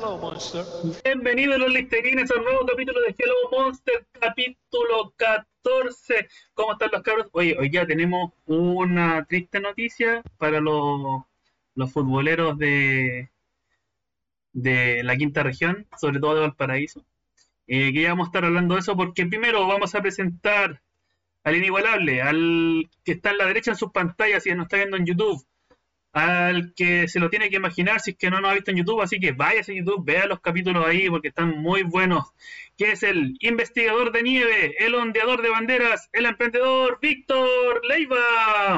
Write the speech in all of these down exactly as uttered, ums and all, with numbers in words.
Hello, Monster. Bienvenidos los listerines a un nuevo capítulo de Hello Monster, capítulo catorce. ¿Cómo están los cabros? Oye, hoy ya tenemos una triste noticia para los, los futboleros de, de la quinta región, sobre todo de Valparaíso. Eh, que ya vamos a estar hablando de eso porque primero vamos a presentar al inigualable, al que está a la derecha en sus pantallas y nos está viendo en YouTube, al que se lo tiene que imaginar si es que no nos ha visto en YouTube, así que váyase a YouTube, vea los capítulos ahí porque están muy buenos, que es el investigador de nieve, el ondeador de banderas, el emprendedor Víctor Leiva.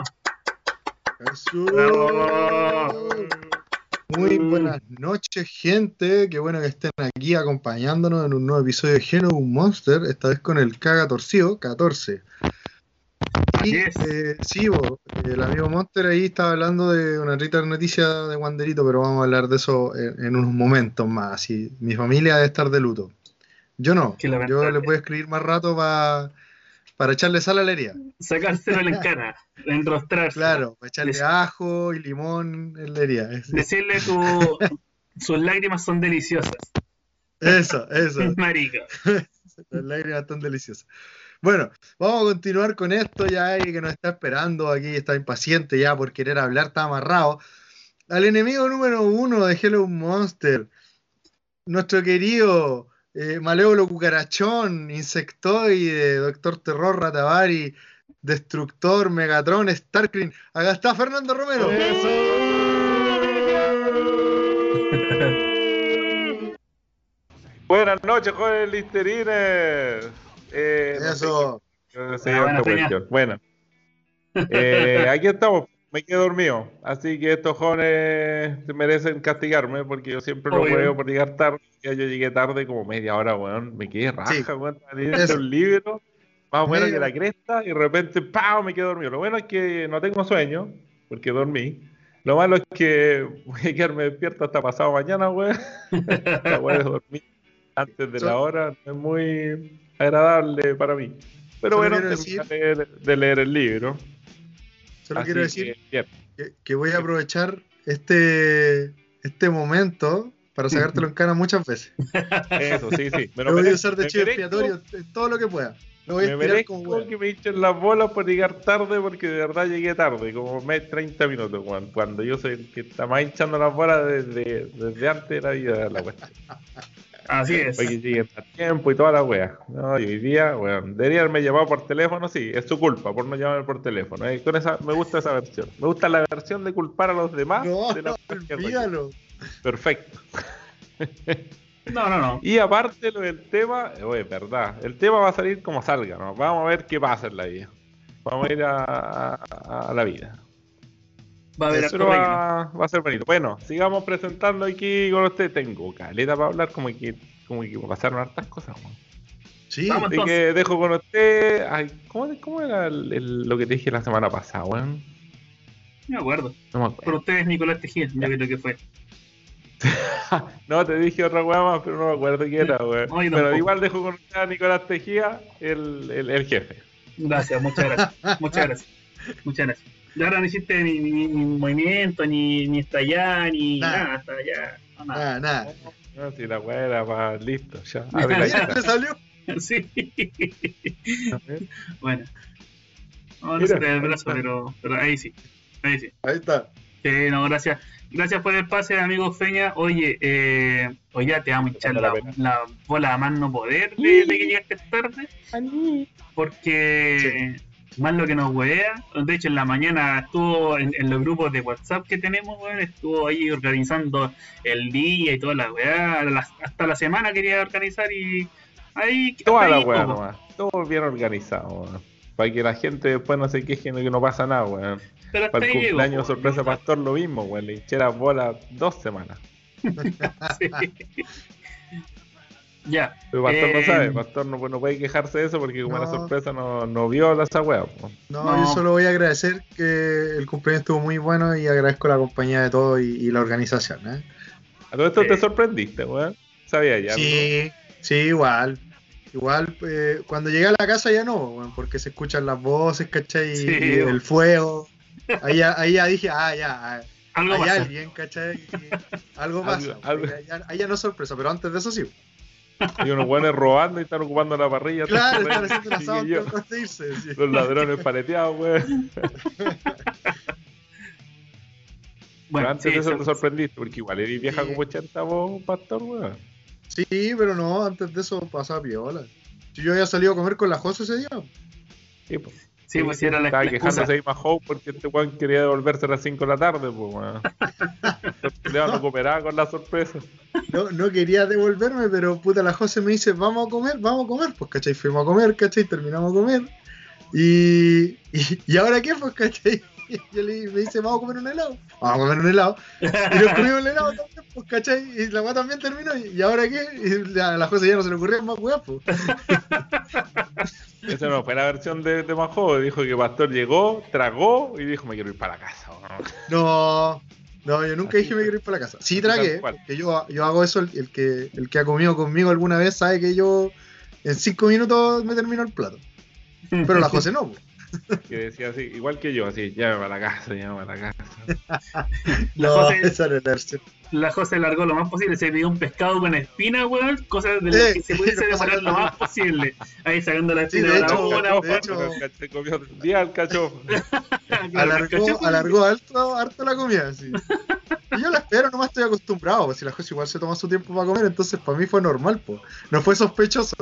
Muy buenas noches, gente, qué bueno que estén aquí acompañándonos en un nuevo episodio de Hello Monster, esta vez con el K catorce, catorce. Y Yes. eh, sí, bo, el amigo Monster ahí estaba hablando de una triste noticia de Wanderito, pero vamos a hablar de eso en, en unos momentos más. Y mi familia debe estar de luto. Yo no, Qué yo lamentable. le puedo escribir más rato pa, para echarle sal a la herida. Sacárselo en la cara, enrostrarse. Claro, para echarle Dec- ajo y limón en la herida. Es- decirle tu, sus lágrimas son deliciosas. Eso, eso. Marica. Las lágrimas están deliciosas. Bueno, vamos a continuar con esto. Ya hay que nos está esperando aquí, está impaciente ya por querer hablar, está amarrado. Al enemigo número uno de Hello Monster, nuestro querido eh, Malévolo Cucarachón, Insectoide, Doctor Terror, Ratavari, Destructor, Megatron, Starkring. Acá está Fernando Romero. Buenas noches, jóvenes listerines. Eh, no sé Eso. qué- no sé Ah, buena, esta Peña. cuestión. Bueno, Eh, aquí estamos. Me quedé dormido. Así que estos jóvenes se merecen castigarme porque yo siempre lo Obvio. juego por llegar tarde. Ya yo llegué tarde como media hora, weón. Me quedé raja, Sí. weón. Tenía Eso. un libro más bueno Media- que la cresta y de repente, ¡pau! Me quedé dormido. Lo bueno es que no tengo sueño porque dormí. Lo malo es que voy a quedarme despierto hasta pasado mañana, weón. Esta weá de dormir antes de la hora no es muy agradable para mí. Pero Solo bueno, quiero terminé decir- de leer, de leer el libro. Solo Así quiero que, decir bien. que, que voy a aprovechar este, este momento para sacártelo en cara muchas veces. Eso, sí, sí. Me Lo lo voy a merezco. usar de Me chivo merezco- expiatorio en todo lo que pueda. Lo voy a Me estirar merezco como pueda. que me hinchen las bolas por llegar tarde porque de verdad llegué tarde, como mes treinta minutos, Juan, cuando yo soy el que está más hinchando las bolas desde, desde antes de la vida de la cuestión. Así es. Oye, lleguen a tiempo y toda la wea. No, y hoy día, bueno, debería haberme llamado por teléfono, sí, es su culpa por no llamarme por teléfono. Eh, con esa, me gusta esa versión. Me gusta la versión de culpar a los demás. No, de la no, wea que olvídalo. Perfecto. No, no, no. Y aparte lo del tema, oye, verdad, el tema va a salir como salga, ¿no? Vamos a ver qué pasa en la vida. Vamos a ir a, a- a la vida. Va a haber Pero harto relleno. va, va a ser bonito. Bueno, sigamos presentando aquí con usted. Tengo caleta para hablar, como que, como que pasaron hartas cosas, ¿no? Sí, Vamos. Así que dejo con usted. Ay, ¿cómo, cómo era el- el- lo que te dije la semana pasada, weón? No me acuerdo. No me Por acuerdo. ustedes, Nicolás Tejía, yo creo que fue. No, te dije otra weá más, pero no me acuerdo qué era, weón. No, yo Pero tampoco. igual dejo con usted a Nicolás Tejía, el, el, el jefe. Gracias, muchas gracias. Muchas gracias. Muchas gracias. Y ahora no hiciste ni, ni, ni movimiento, ni, ni estallar, ni Nada. nada, hasta allá. No, nada. nada, nada. No, si la weá era para listo, ya. Ya, Abre la Mira, cara. te salió. Sí. A ver. Bueno. No, no Mira, se te da el ahí brazo, está. pero, pero ahí sí. Ahí sí. Ahí está. Sí, no, gracias. Gracias por el pase, amigo Feña. Oye, eh, hoy ya te vamos a echar Vale la, la pena. la bola a más no poder de, de que llegaste tarde. Porque más lo que nos huevea. De hecho, en la mañana estuvo en, en los grupos de WhatsApp que tenemos, weón, estuvo ahí organizando el día y toda la weá. la- Hasta la semana quería organizar y ahí. Toda hasta la ahí, weá po. nomás. Todo bien organizado, weón. Para que la gente después no se queje de que no pasa nada, weón. Pero hasta Para el ahí llegó, cumpleaños po, sorpresa weón. Pastor lo mismo, weón. Le hinché las bolas dos semanas. Sí. Ya. Pero Pastor no Eh, sabe, Pastor no, no puede quejarse de eso porque como no. era sorpresa no, no vio esa weá, po. No, No. yo solo voy a agradecer que el cumpleaños estuvo muy bueno y agradezco la compañía de todos y, y la organización. ¿eh? A todo esto Sí. te sorprendiste, weón. Sabía ya. Sí, sí, igual. Igual, eh, cuando llegué a la casa ya no, weón, porque se escuchan las voces, ¿cachai? Y, Sí, y weón. el fuego. Ahí ya, ahí ya dije, ah, ya, ah, Algo hay pasa. alguien, ¿cachai? Algo pasa. Algo- Ahí ya, ahí ya no es sorpresa, pero antes de eso sí. Hay unos buenos robando y están ocupando la parrilla. Claro, están están haciendo el asado y yo, antes de irse. Sí. los ladrones paleteados, weón. Bueno, Pero antes sí, de eso se- te sorprendiste, porque igual eres vieja Sí. como ochenta vos, pastor, weón. Sí, pero no, antes de eso pasaba piola. Si yo había salido a comer con la José ese día. Sí, pues. sí, pues sí, era la, Estaba la excusa. quejándose ahí más joven porque este weón quería devolverse a las cinco de la tarde, pues, weón. León no cooperaba con la sorpresa. No, no quería devolverme, pero puta, la José me dice, vamos a comer, vamos a comer. Pues, ¿cachai? Fuimos a comer, ¿cachai? Terminamos a comer. Y, y, ¿y ahora qué? Pues, ¿cachai? Y yo le me dice, vamos a comer un helado. Vamos a comer un helado. Y nos comimos el helado también, pues, ¿cachai? Y la weá también terminó. ¿Y, y ahora qué? Y la, la José ya no se le ocurría más weá, pues. Esa no fue la versión de, de más joven. Dijo que Pastor llegó, tragó y dijo, me quiero ir para la casa, weón. No, no, yo nunca Así dije me fue. quiero ir para la casa. Sí Así tal tragué, cual. porque yo, yo hago eso, el, el que, el que ha comido conmigo alguna vez sabe que yo en cinco minutos me termino el plato. Pero la José no, pues. Que decía así, igual que yo, así, llévame para la casa, llévame para la casa. La No, José- esa no es la versión. La José largó lo más posible, se pidió un pescado con espina, weón, cosas de las Eh, que se pudiese no pasa demorar lo nada. más posible. Ahí sacando la Sí, espina de de la hecho, una, de weón. hecho- Se comió el día el cachofo. Alargó, alargó harto, harto la comida, sí. Y yo la espero, nomás estoy acostumbrado, pues si la José igual se toma su tiempo para comer, entonces para mí fue normal, pues. No fue sospechoso.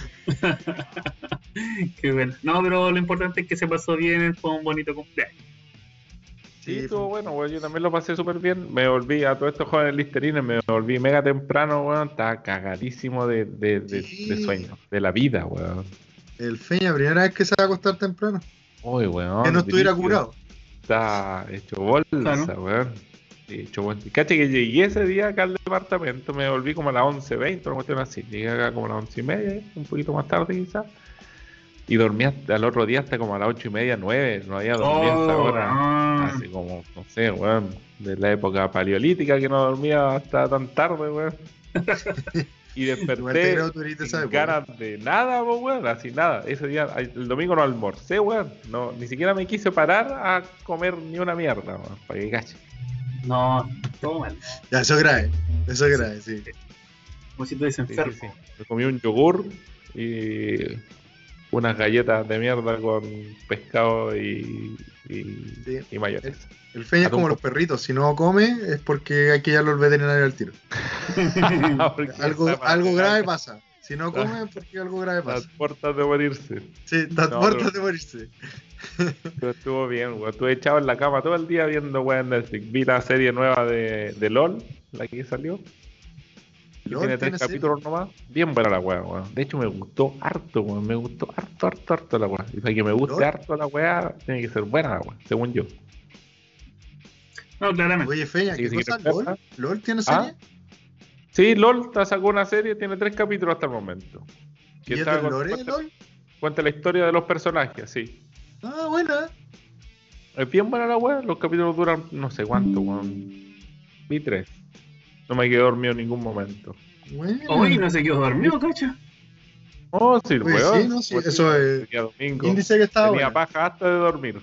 Qué bueno. No, pero lo importante es que se pasó bien, fue un bonito cumpleaños. Sí, Sí, estuvo bueno, weón. Yo también lo pasé súper bien. Me volví a todos estos jóvenes listerines, me volví mega temprano, weón. Estaba cagadísimo de, de, de, Sí. de sueño, de la vida, weón. El Feña, primera vez que se va a acostar temprano. Uy, weón. Que no estuviera brígido. curado. Está hecho bolsa, Claro. weón. Sí, hecho bolsa. Caché que llegué ese día acá al departamento, me volví como a las once veinte, una cuestión así. Llegué acá como a las once y media, un poquito más tarde quizás. Y dormí hasta al otro día hasta como a las ocho y media, nueve. No había dormido a esa Oh, hora. ah. Así como, no sé, weón. De la época paleolítica que no dormía hasta tan tarde, weón. Y Igual te desperté creo, tú eres de esa sin época. ganas de nada, po, weón. Así nada. Ese día, el domingo no almorcé, weón. No, ni siquiera me quise parar a comer ni una mierda, weón. Para que cache. No, todo mal. Ya, eso es grave. Eso es grave, sí. Como si estuviese Sí, sí, enfermo. sí. Me comí un yogur y unas galletas de mierda con pescado y, y, Sí. y mayonesa. El Feña es Atún como con- los perritos. Si no come, es porque hay que llevarlo al veterinario al tiro. Porque Algo, está para algo cagar grave pasa. Si no come, es porque algo grave Las pasa. puertas de morirse. Sí, estás No, muerto pero- de morirse. Pero estuvo bien, weón. Estuve echado en la cama todo el día viendo weón Netflix. Vi la serie nueva de, de LOL, la que salió. Que LOL tiene tiene tres capítulos nomás. Bien buena la weá, weón. De hecho me gustó harto, weón. Me gustó harto, harto, harto la weá. Y para que me guste ¿LOL? harto la weá, tiene que ser buena la weá, según yo. No, claramente. Oye, Feña, Sí, ¿qué sí, cosa? que te ¿LOL? pasa. ¿LOL tiene ¿Ah? serie? Sí, LOL te sacó una serie, tiene tres capítulos hasta el momento. Que ¿Y es está del con- lore, cuenta, LOL? cuenta la historia de los personajes, sí. Ah, buena. Es bien buena la weá, los capítulos duran no sé cuánto, weón. Vi tres. No me quedé dormido en ningún momento. Buena. Hoy no se quedó dormido, cacha. Oh, sí, Oye, weón. sí, no, sí, Pues eso es- el día domingo. Índice que estaba Tenía buena. paja hasta de dormir.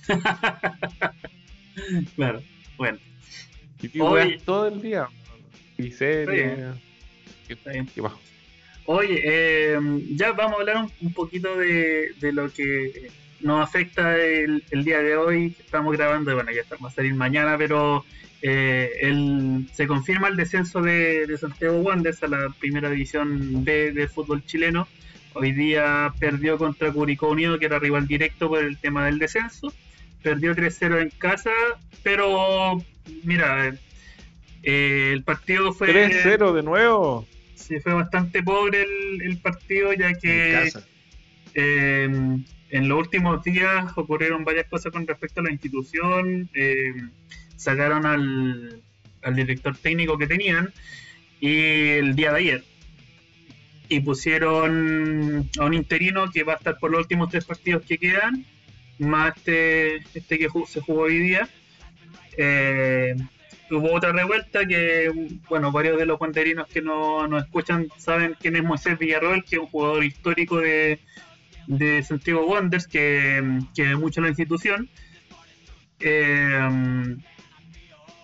Claro. Bueno, Y vi Oye. weas todo el día. Y series. ¿Qué, está bien. qué bajo? Oye, eh, ya vamos a hablar un, un poquito de, de lo que nos afecta el, el día de hoy. Estamos grabando, bueno, ya estamos a salir mañana, pero eh, el, se confirma el descenso de, de Santiago Wanderers a la primera división B del fútbol chileno. Hoy día perdió contra Curicó Unido, que era rival directo por el tema del descenso. Perdió tres cero en casa, pero mira, eh, el partido fue... tres cero de nuevo. Sí, fue bastante pobre el, el partido, ya En que casa. eh, en los últimos días ocurrieron varias cosas con respecto a la institución. Eh, sacaron al, al director técnico que tenían y el día de ayer. Y pusieron a un interino que va a estar por los últimos tres partidos que quedan, más este, este que ju- se jugó hoy día. Eh, Hubo otra revuelta que, bueno, varios de los guanderinos que no nos escuchan saben quién es Moisés Villarroel, que es un jugador histórico de, de Santiago Wanderers, que, que ve mucho la institución. Eh,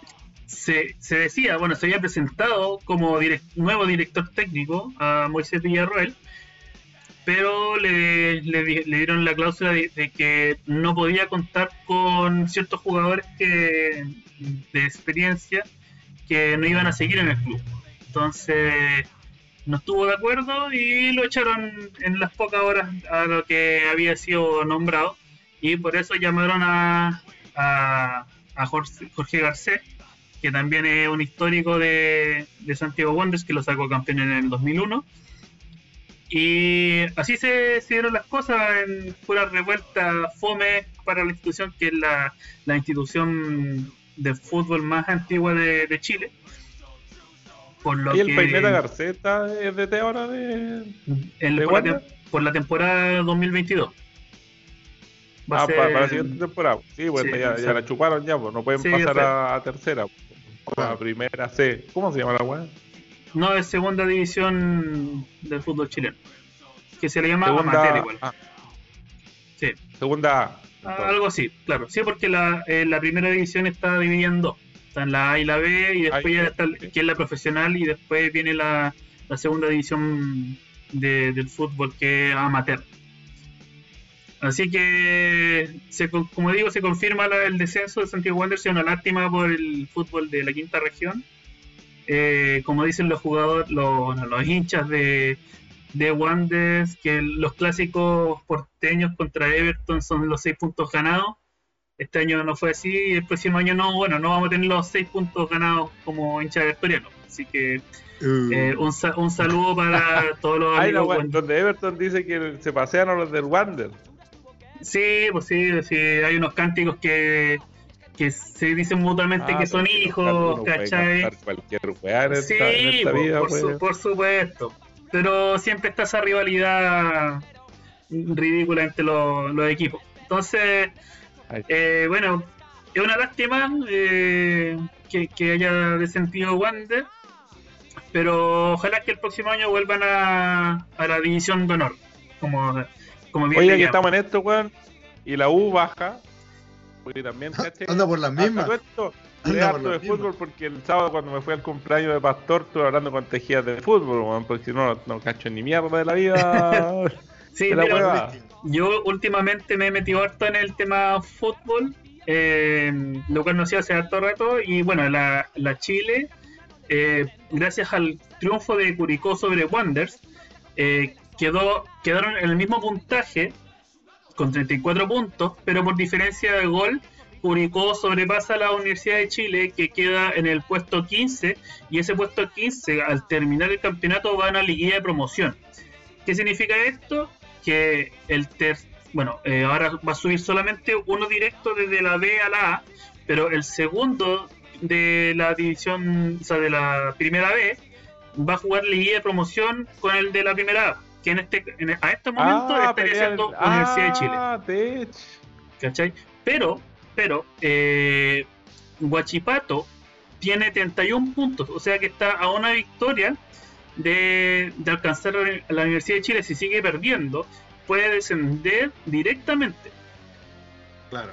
se, se decía, bueno, se había presentado como direct, nuevo director técnico a Moisés Villarroel, pero le, le, le dieron la cláusula de, de que no podía contar con ciertos jugadores que de experiencia que no iban a seguir en el club. Entonces no estuvo de acuerdo y lo echaron en las pocas horas a lo que había sido nombrado, y por eso llamaron a, a, a Jorge, Jorge Garcés, que también es un histórico de, de Santiago Wanderers, que lo sacó campeón en el dos mil uno. Y así se, se dieron las cosas, en pura revuelta fome para la institución, que es la, la institución de fútbol más antigua de, de Chile. Por lo ¿Y el que, Peineta Garceta es de T ahora de, el, de por, la, por la temporada dos mil veintidós? Va ah, ser... para, para la siguiente temporada. Sí, pues sí, ya, ya la chuparon ya, pues no pueden sí, pasar a, a tercera. Pues, a primera C. ¿Cómo se llama la weá? No, es segunda división del fútbol chileno. Que se le llama segunda... amateur igual. Ah. Sí. Segunda A. Ah, algo así, claro. Sí, porque la, eh, la primera división está dividida en dos. Está en la A y la B, y después Ay, ya está sí. que es la profesional, y después viene la, la segunda división de, del fútbol, que es amateur. Así que, se, como digo, se confirma la, el descenso de Santiago Wanderers. Es una lástima por el fútbol de la quinta región. Eh, como dicen los jugadores, los, los hinchas de, de Wanderers, que los clásicos porteños contra Everton son los seis puntos ganados. Este año no fue así, y el próximo año no, bueno, no vamos a tener los seis puntos ganados como hincha de Victoriano. Así que uh. eh, un, un saludo para todos los Ay, amigos. No, donde Everton dice que se pasean a los del Wander. Sí, pues sí, sí, hay unos cánticos que, que se dicen mutuamente ah, que son hijos, ¿cachai? En sí, esta, en esta por, vida, por, pues. su, por supuesto. Pero siempre está esa rivalidad ridícula entre los, los equipos. Entonces, eh, bueno, es una lástima eh, que, que haya descendido Wander, pero ojalá que el próximo año vuelvan a, a la división de honor, como... Oye, que estamos en esto, weón, y la U baja, porque también, ¿caché? Anda por las mismas. Esto, de harto de fútbol, mismas. Porque el sábado cuando me fui al cumpleaños de Pastor estuve hablando con tejías de fútbol, weón, porque si no, no, no cacho ni mierda de la vida. Sí, de la mira, yo últimamente me he metido harto en el tema fútbol, eh, lo cual no hacía hace harto rato, y bueno, la, la Chile, eh, gracias al triunfo de Curicó sobre Wanderers, eh, Quedó, quedaron en el mismo puntaje con treinta y cuatro puntos, pero por diferencia de gol Curicó sobrepasa a la Universidad de Chile, que queda en el puesto quince, y ese puesto quince al terminar el campeonato va a una liguilla de promoción. ¿Qué significa esto? Que el ter bueno, eh, ahora va a subir solamente uno directo desde la B a la A, pero el segundo de la división, o sea, de la primera B, va a jugar liguilla de promoción con el de la primera A, que en este en, a este momento ah, estaría siendo el... Universidad ah, de Chile. ¿Cachai? Pero, pero, eh, Huachipato tiene treinta y uno puntos, o sea que está a una victoria de, de alcanzar a la Universidad de Chile. Si sigue perdiendo, puede descender directamente. Claro.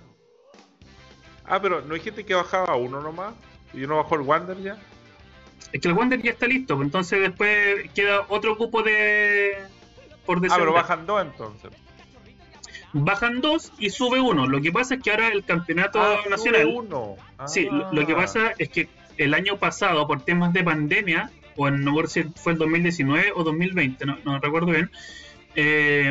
Ah, pero ¿no hay gente que bajaba uno nomás? ¿Y uno bajó el Wander ya? Es que el Wander ya está listo, entonces después queda otro cupo de por descender. Ah, pero bajan dos entonces. Bajan dos y sube uno. Lo que pasa es que ahora el campeonato ah, nacional. Sube uno. Ah. Sí, lo, lo que pasa es que el año pasado, por temas de pandemia, o en, no recuerdo si fue el dos mil diecinueve o dos mil veinte, no, no recuerdo bien, eh,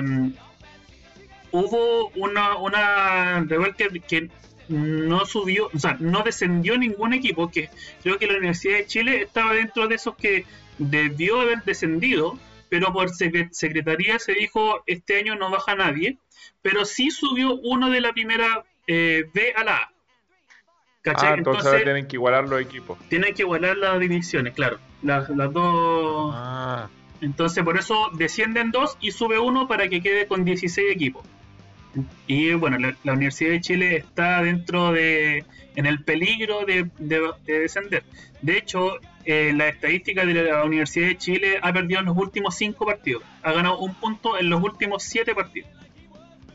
hubo una, una revuelta que no subió, o sea, no descendió ningún equipo, que creo que la Universidad de Chile estaba dentro de esos que debió haber descendido, pero por secretaría se dijo este año no baja nadie, pero sí subió uno de la primera eh, B a la A. ¿Cachai? Ah, entonces, entonces ahora tienen que igualar los equipos. Tienen que igualar las divisiones, claro, las, las dos. Ah. Entonces por eso descienden dos y sube uno para que quede con dieciséis equipos. Y bueno, la, la Universidad de Chile está dentro de, en el peligro de, de, de descender. De hecho, eh, la estadística de la Universidad de Chile ha perdido en los últimos cinco partidos. Ha ganado un punto en los últimos siete partidos.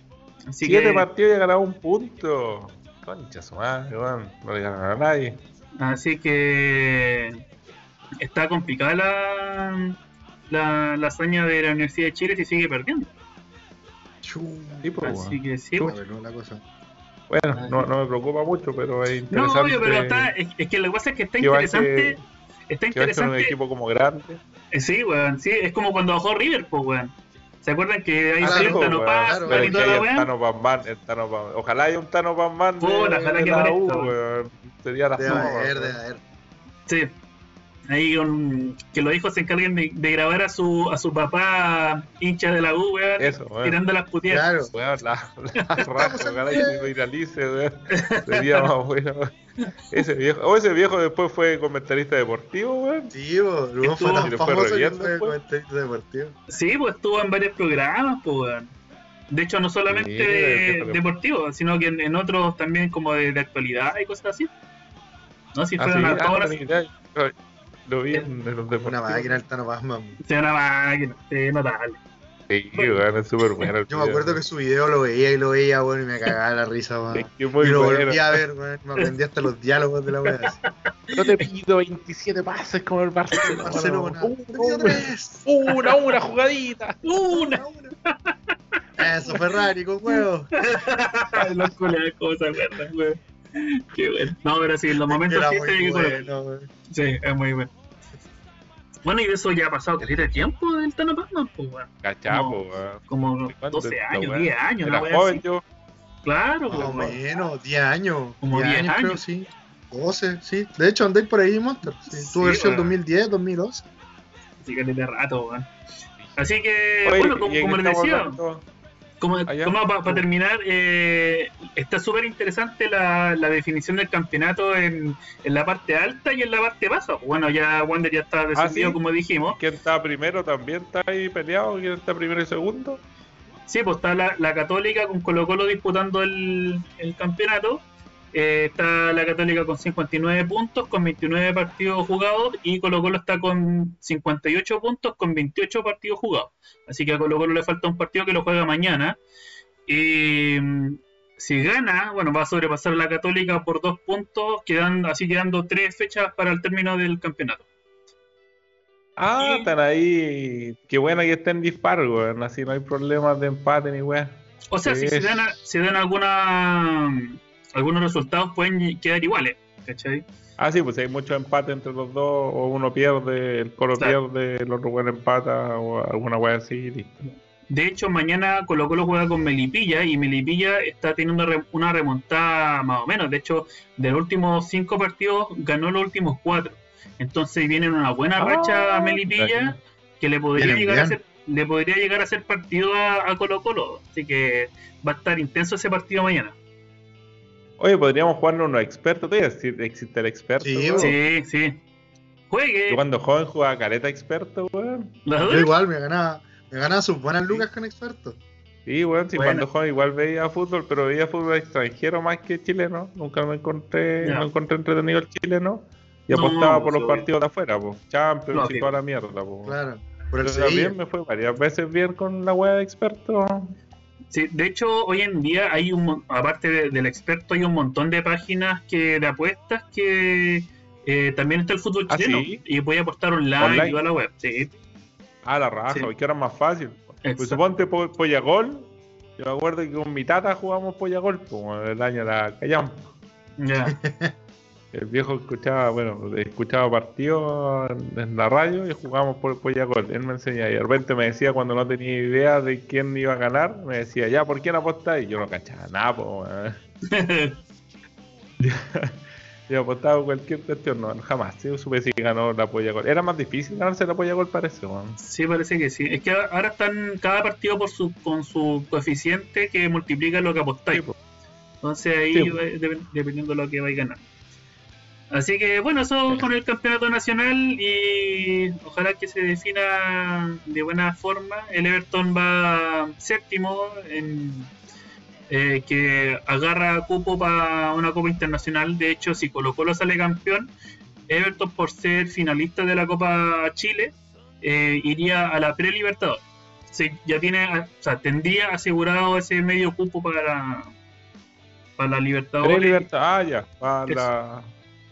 Así siete que, partidos y ha ganado un punto. Concha su madre, no le ganan a nadie. Así que está complicada la, la, la hazaña de la Universidad de Chile si sigue perdiendo. Chu, Sí, pues, Así weón. que sí, a pues. ver, no, la cosa. Bueno, no, no me preocupa mucho, pero es No, interesante. obvio, pero está, es, es que lo que pasa es que está que va interesante. que- Está que va a ser un interesante. equipo como grande. Eh, Sí, weón, sí, es como cuando bajó River, pues, weón. ¿Se acuerdan que ahí Ah, salió sí, Tano weón. Paz, claro, Pero y es que toda hay la el weón? Tano Bambán, el Tano Bambán. Ojalá haya un Tano Bambán de, Puta, ojalá de que la aparezca, U, weón. weón. Sería la Debe zorra, haber, weón. debe haber. Sí. Ahí un, que los hijos se encarguen de, de grabar a su a su papá hincha de la U, weón, Eso, weón. tirando las puteadas. Claro. Weón, la, la raja, ojalá que se viralice, weón. Sería más bueno. Ese viejo, o ese viejo después fue comentarista deportivo, weón. Sí, bo, luego fue Estuvo- tan Y le fue famoso re que bien fue después. comentarista deportivo. Sí, pues estuvo en varios programas, pues, weón. De hecho, no solamente Sí, de- el viejo le- deportivos, sino que en, en otros también como de, de actualidad y cosas así. No, si Ah, fueron sí, a ah, todas no las... tenía idea. Lo- Lo vi en, en los deportivos. Una máquina el Tano Pazman. Sí, una máquina, sí, notable. Sí, weón, es súper bueno. el Yo me video, acuerdo que weón. su video lo veía y lo veía, bueno, y me cagaba la risa, Es weón. que es muy Y lo bueno. volví a ver, weón. Me aprendí hasta los diálogos de la weá. así. Yo te pido veintisiete pases como el Barcelona. Barcelona. Uh, Te pido tres. Una, una jugadita. ¡Una! una. Eso, Ferrari, con huevo. Ay, los culiados, ¿cómo se acuerdan, weón? Qué bueno. No, pero sí, en los momentos Era sí muy se hay que colocar. bueno, weón. Sí, es muy bueno. Bueno, y de eso ya ha pasado caleta de tiempo del Tano Pazman, pues, weón. Cachapo, weón. Como ¿Cuánto doce esta años, weá? diez años, Era una weá joven así. yo. Claro, Más pues, o weón. menos, diez años. Como diez diez años, creo, años. sí. doce, sí. De hecho, andáis por ahí, Monster. Sí. Sí, Tuvo versión weón. dos mil diez, dos mil once. Así que de rato, weón. Así que, Oye, bueno, como, y en como que les estamos decía, hablando- como, Allá. para terminar, eh, está súper interesante la, la definición del campeonato en, en la parte alta y en la parte baja. Bueno, ya Wander ya está descendido, ¿sí? como dijimos. ¿Quién está primero también está ahí peleado? ¿Quién está primero y segundo? Sí, pues está la, la Católica con Colo Colo disputando el, el campeonato. Eh, está la Católica con cincuenta y nueve puntos, con veintinueve partidos jugados, y Colo Colo está con cincuenta y ocho puntos, con veintiocho partidos jugados. Así que a Colo Colo le falta un partido que lo juega mañana. Y mm, si gana, bueno, va a sobrepasar a la Católica por dos puntos, quedan, así quedando tres fechas para el término del campeonato. Ah, Y- están ahí. Qué bueno que estén disparos, weón. Así no hay problemas de empate ni weón. O sea, si Sí, se es- dan, a- se dan alguna, algunos resultados, pueden quedar iguales, ¿cachai? Ah, sí, pues si hay mucho empate entre los dos, o uno pierde, el Colo Claro. pierde, el otro weón empata, o alguna weá así, listo. De hecho, mañana Colo Colo juega con Melipilla y Melipilla está teniendo re- una remontada más o menos. De hecho, de los últimos cinco partidos ganó los últimos cuatro. Entonces viene en una buena Ah, racha a Melipilla que le podría Vienen llegar a bien. hacer, le podría llegar a hacer partido a, a Colo Colo. Así que va a estar intenso ese partido mañana. Oye, podríamos jugarnos unos expertos, todavía existe existe el experto, Sí, weón. Sí, sí. Juegue. Yo cuando joven jugaba careta experto, weón. Las Yo dos. igual me ganaba, me ganaba sus buenas lucas con expertos. Sí, weón, sí, Bueno. cuando joven igual veía fútbol, pero veía fútbol extranjero más que chileno. Nunca me encontré, Ya. no encontré entretenido el chileno. Y No, apostaba por los sí, partidos de afuera, po. Champions Lógico. y toda la mierda, po. Claro. Por el Pero Sevilla. también me fue varias veces bien con la wea de experto. Sí, de hecho, hoy en día hay un mon- aparte de- del experto, hay un montón de páginas que de apuestas que eh, también está el fútbol ¿Ah, chileno sí? y puede apostar online, Online. y toda la web. Sí, Ah, la raja, Sí. porque era más fácil. Pues exacto. suponte po Pollagol. Yo me acuerdo que con mi tata jugamos Pollagol, pues el año era Callampa. Ya. El viejo escuchaba, bueno, escuchaba partidos en, en la radio y jugábamos por Pollagol. Él me enseñaba y de repente me decía cuando no tenía idea de quién iba a ganar, me decía, ya, ¿por quién apostáis? Y yo no cachaba nada, pues. Yo apostaba por cualquier cuestión, no, jamás. Yo supe si ganó la Pollagol. Era más difícil ganarse la Pollagol, parece, weón. Sí, parece que sí. Es que ahora están cada partido por su, con su coeficiente que multiplica lo que apostáis. Sí, po. Entonces ahí Sí, po. va- dep- dependiendo de lo que vais a ganar. Así que bueno, eso con el campeonato nacional y ojalá que se defina de buena forma. El Everton va séptimo, en, eh, que agarra cupo para una Copa Internacional. De hecho, si Colo Colo sale campeón, Everton, por ser finalista de la Copa Chile, eh, iría a la pre-Libertadores. Sí, ya tiene, o sea, tendría asegurado ese medio cupo para, para la Libertadores. Pre-Libertad, ah, ya, para Eso. la...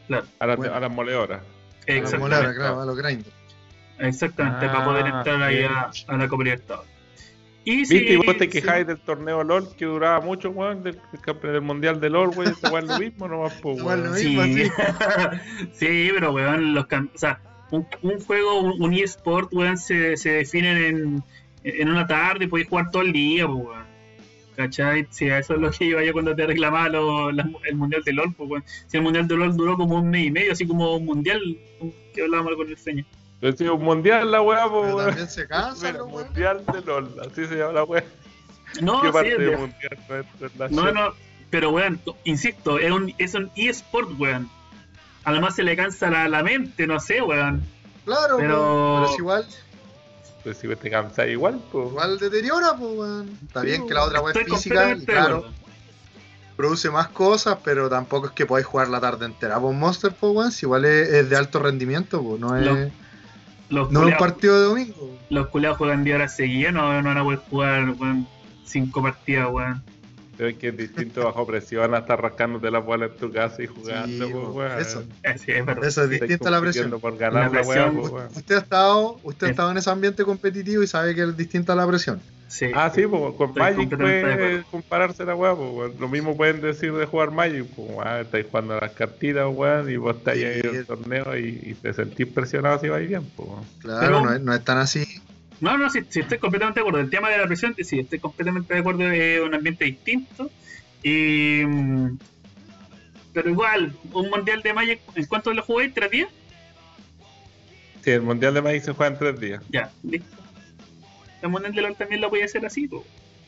Claro. A las, Bueno. a las moledoras. A la Exactamente. molera, claro, a los grinders. Exactamente, Ah, para poder entrar ahí bien. a, a la Copa Libertadores. Y ¿Viste? si, Y vos te si- quejáis del torneo LOL que duraba mucho, weón, del, del campe- del mundial de LOL, weón, esta weón es lo mismo, nomás, pues, Igual lo weón. mismo. Sí, así. sí, pero weón, los cam- o sea, un, un juego, un, un eSport, weón, se, se definen en, en una tarde, podéis jugar todo el día, pues, weón. ¿Cachai? Sí, eso es lo que iba yo cuando te reclamaba lo- la- el mundial de LOL, pues, weón. Si el mundial de LOL duró como un mes y medio, así como un mundial, que hablábamos con el señor. Pero sí, un mundial la weá, pues, Pero weón. también se cansa, Mira, ¿no, weón? mundial de LOL, así se llama la weá. No, ¿Qué sí, parte de- de mundial no es internacional? no, no, pero weón, insisto, es un, es un eSport, weón. Además se le cansa la, la mente, no sé, weón. Claro, Pero- po, pero es igual, Pues si te cansas igual, pues. igual deteriora, pues, weón. Está bien que la otra weá es Estoy física y completamente de claro, acuerdo. produce más cosas, pero tampoco es que podáis jugar la tarde entera. Pues Monster, pues, weón, si igual es, es de alto rendimiento, pues, no es, Lo- Los no es un culiados- partido de domingo. Los culiados juegan diez horas seguidas, no, no van a poder jugar, weón, cinco partidas, weón. Pero es que es distinto bajo presión a estar rascándote la bola en tu casa y jugando, Sí, pues, po, weón. eso. Eh, sí, es verdad. Eso es Estáis distinto a la presión. compitiendo por ganar La la weá, presión- pues, weón. Usted ha estado, usted ha Sí. estado en ese ambiente competitivo y sabe que es distinto a la presión. Sí. Ah, sí, pues con Estoy Magic completamente de puede acuerdo. compararse la weá, pues, weón. Lo mismo pueden decir de jugar Magic, pues, weón, estáis jugando a las cartitas, weón, y vos estáis ahí en Sí. el torneo y, y te sentís presionado si vais bien, pues, weón. Claro, Pero- no, es, no es tan así. No, no, sí, sí, estoy completamente de acuerdo. El tema de la presión, sí, estoy completamente de acuerdo, es un ambiente distinto. Y, mm, pero igual, un mundial de Magic, ¿en cuánto lo jugué? ¿Tres días? Sí, el Mundial de Magic se juega en tres días. Ya, listo. El mundial de LOL también lo voy a hacer así, po.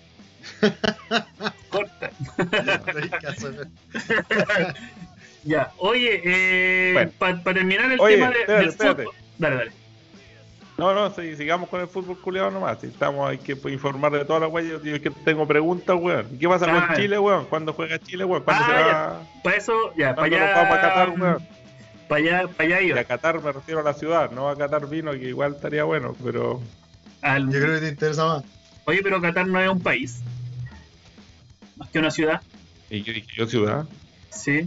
Corta. No hay caso, ¿no? Ya, oye, eh, Bueno. para terminar el Oye, tema de, espérate, del espérate. fútbol. Dale, dale. No, no, sí, sigamos con el fútbol culiado nomás. Si estamos, hay que pues, informar de todas las weas. Yo, yo es que tengo preguntas, weón. ¿Qué pasa Ah. con Chile, weón? ¿Cuándo juega Chile, weón? ¿Cuándo Ah, se va? Para eso, ya, para ¿Cuándo allá. nos vamos a Qatar, weón? Para allá, para allá Y iba. a Qatar me refiero a la ciudad, no a Qatar vino, que igual estaría bueno, pero. Al- Yo creo que te interesa más. Oye, pero Qatar no es un país. Más que una ciudad. ¿Y yo, y yo ciudad? Sí.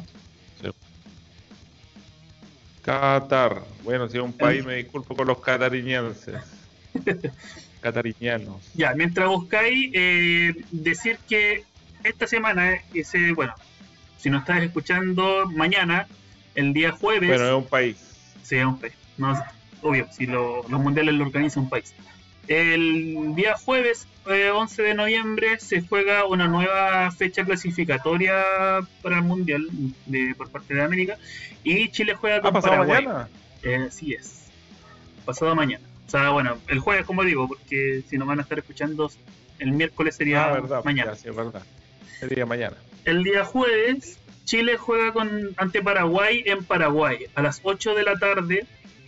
Qatar. Bueno, si es un país, me disculpo con los catariñenses. Catariñanos. Ya, mientras buscáis, eh, decir que esta semana, ese, bueno, si nos estás escuchando mañana, el día jueves. Bueno, es un país. Sí, es un país. No, obvio, si lo- los mundiales lo organiza un país. El día jueves eh, once de noviembre se juega una nueva fecha clasificatoria para el mundial de, por parte de América y Chile juega ¿Ha con pasado Paraguay. mañana? Eh, sí es. Pasado mañana. O sea, bueno, el jueves, como digo, porque si nos van a estar escuchando, el miércoles sería Ah, verdad. mañana. Ya, sí, es verdad. Sería mañana. El día jueves, Chile juega con ante Paraguay en Paraguay a las ocho de la tarde.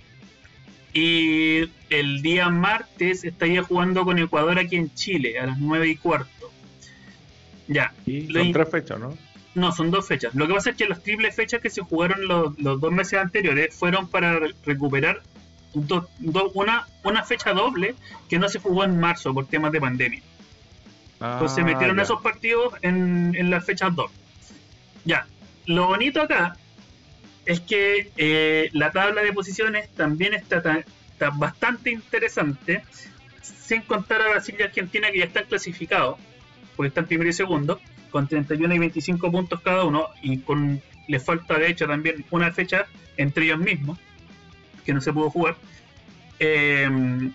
Y el día martes estaría jugando con Ecuador aquí en Chile a las nueve y cuarto. Ya, Y Lo son in- tres fechas, ¿no? no, son dos fechas. Lo que pasa es que las triples fechas que se jugaron los, los dos meses anteriores fueron para re- recuperar do- do- una, una fecha doble que no se jugó en marzo por temas de pandemia. Entonces Ah, metieron ya. esos partidos en, en las fechas dos. Ya, lo bonito acá es que eh, la tabla de posiciones también está, ta- está bastante interesante, sin contar a Brasil y Argentina que ya están clasificados, porque están primero y segundo, con treinta y uno y veinticinco puntos cada uno, y con les falta de hecho también una fecha entre ellos mismos, que no se pudo jugar. Eh,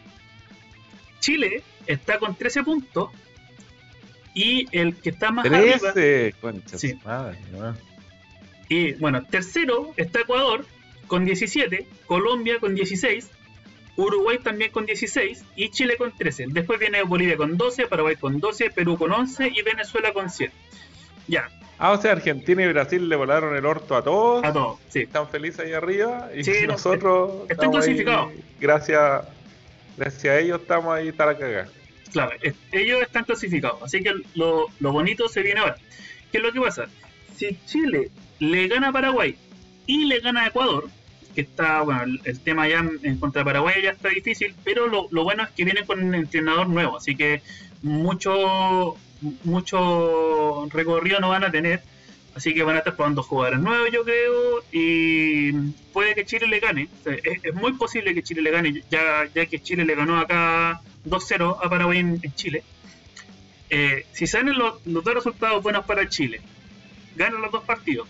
Chile está con trece puntos, y el que está más arriba... trece, concha Sí. su madre, ¿no? Y bueno, tercero está Ecuador con diecisiete, Colombia con dieciséis, Uruguay también con dieciséis y Chile con trece. Después viene Bolivia con doce, Paraguay con doce, Perú con once y Venezuela con siete. Ya, Ah, o sea, Argentina y Brasil le volaron el orto a todos. a todos, sí. Están felices ahí arriba y Sí, no, nosotros están estamos ahí, clasificados. gracias gracias a ellos estamos ahí para cagar. Claro, es- ellos están clasificados. Así que lo, lo bonito se viene ahora. ¿Qué es lo que pasa? Si Chile le gana a Paraguay y le gana a Ecuador, que está, bueno, el, el tema ya en, en contra de Paraguay ya está difícil, pero lo, lo bueno es que vienen con un entrenador nuevo, así que mucho mucho recorrido no van a tener, Así que van a estar probando jugadores nuevos, yo creo, y puede que Chile le gane. O sea, es, es muy posible que Chile le gane, ya, ya que Chile le ganó acá dos cero a Paraguay en, en Chile. Eh, si salen los, los dos resultados buenos para Chile, ganan los dos partidos.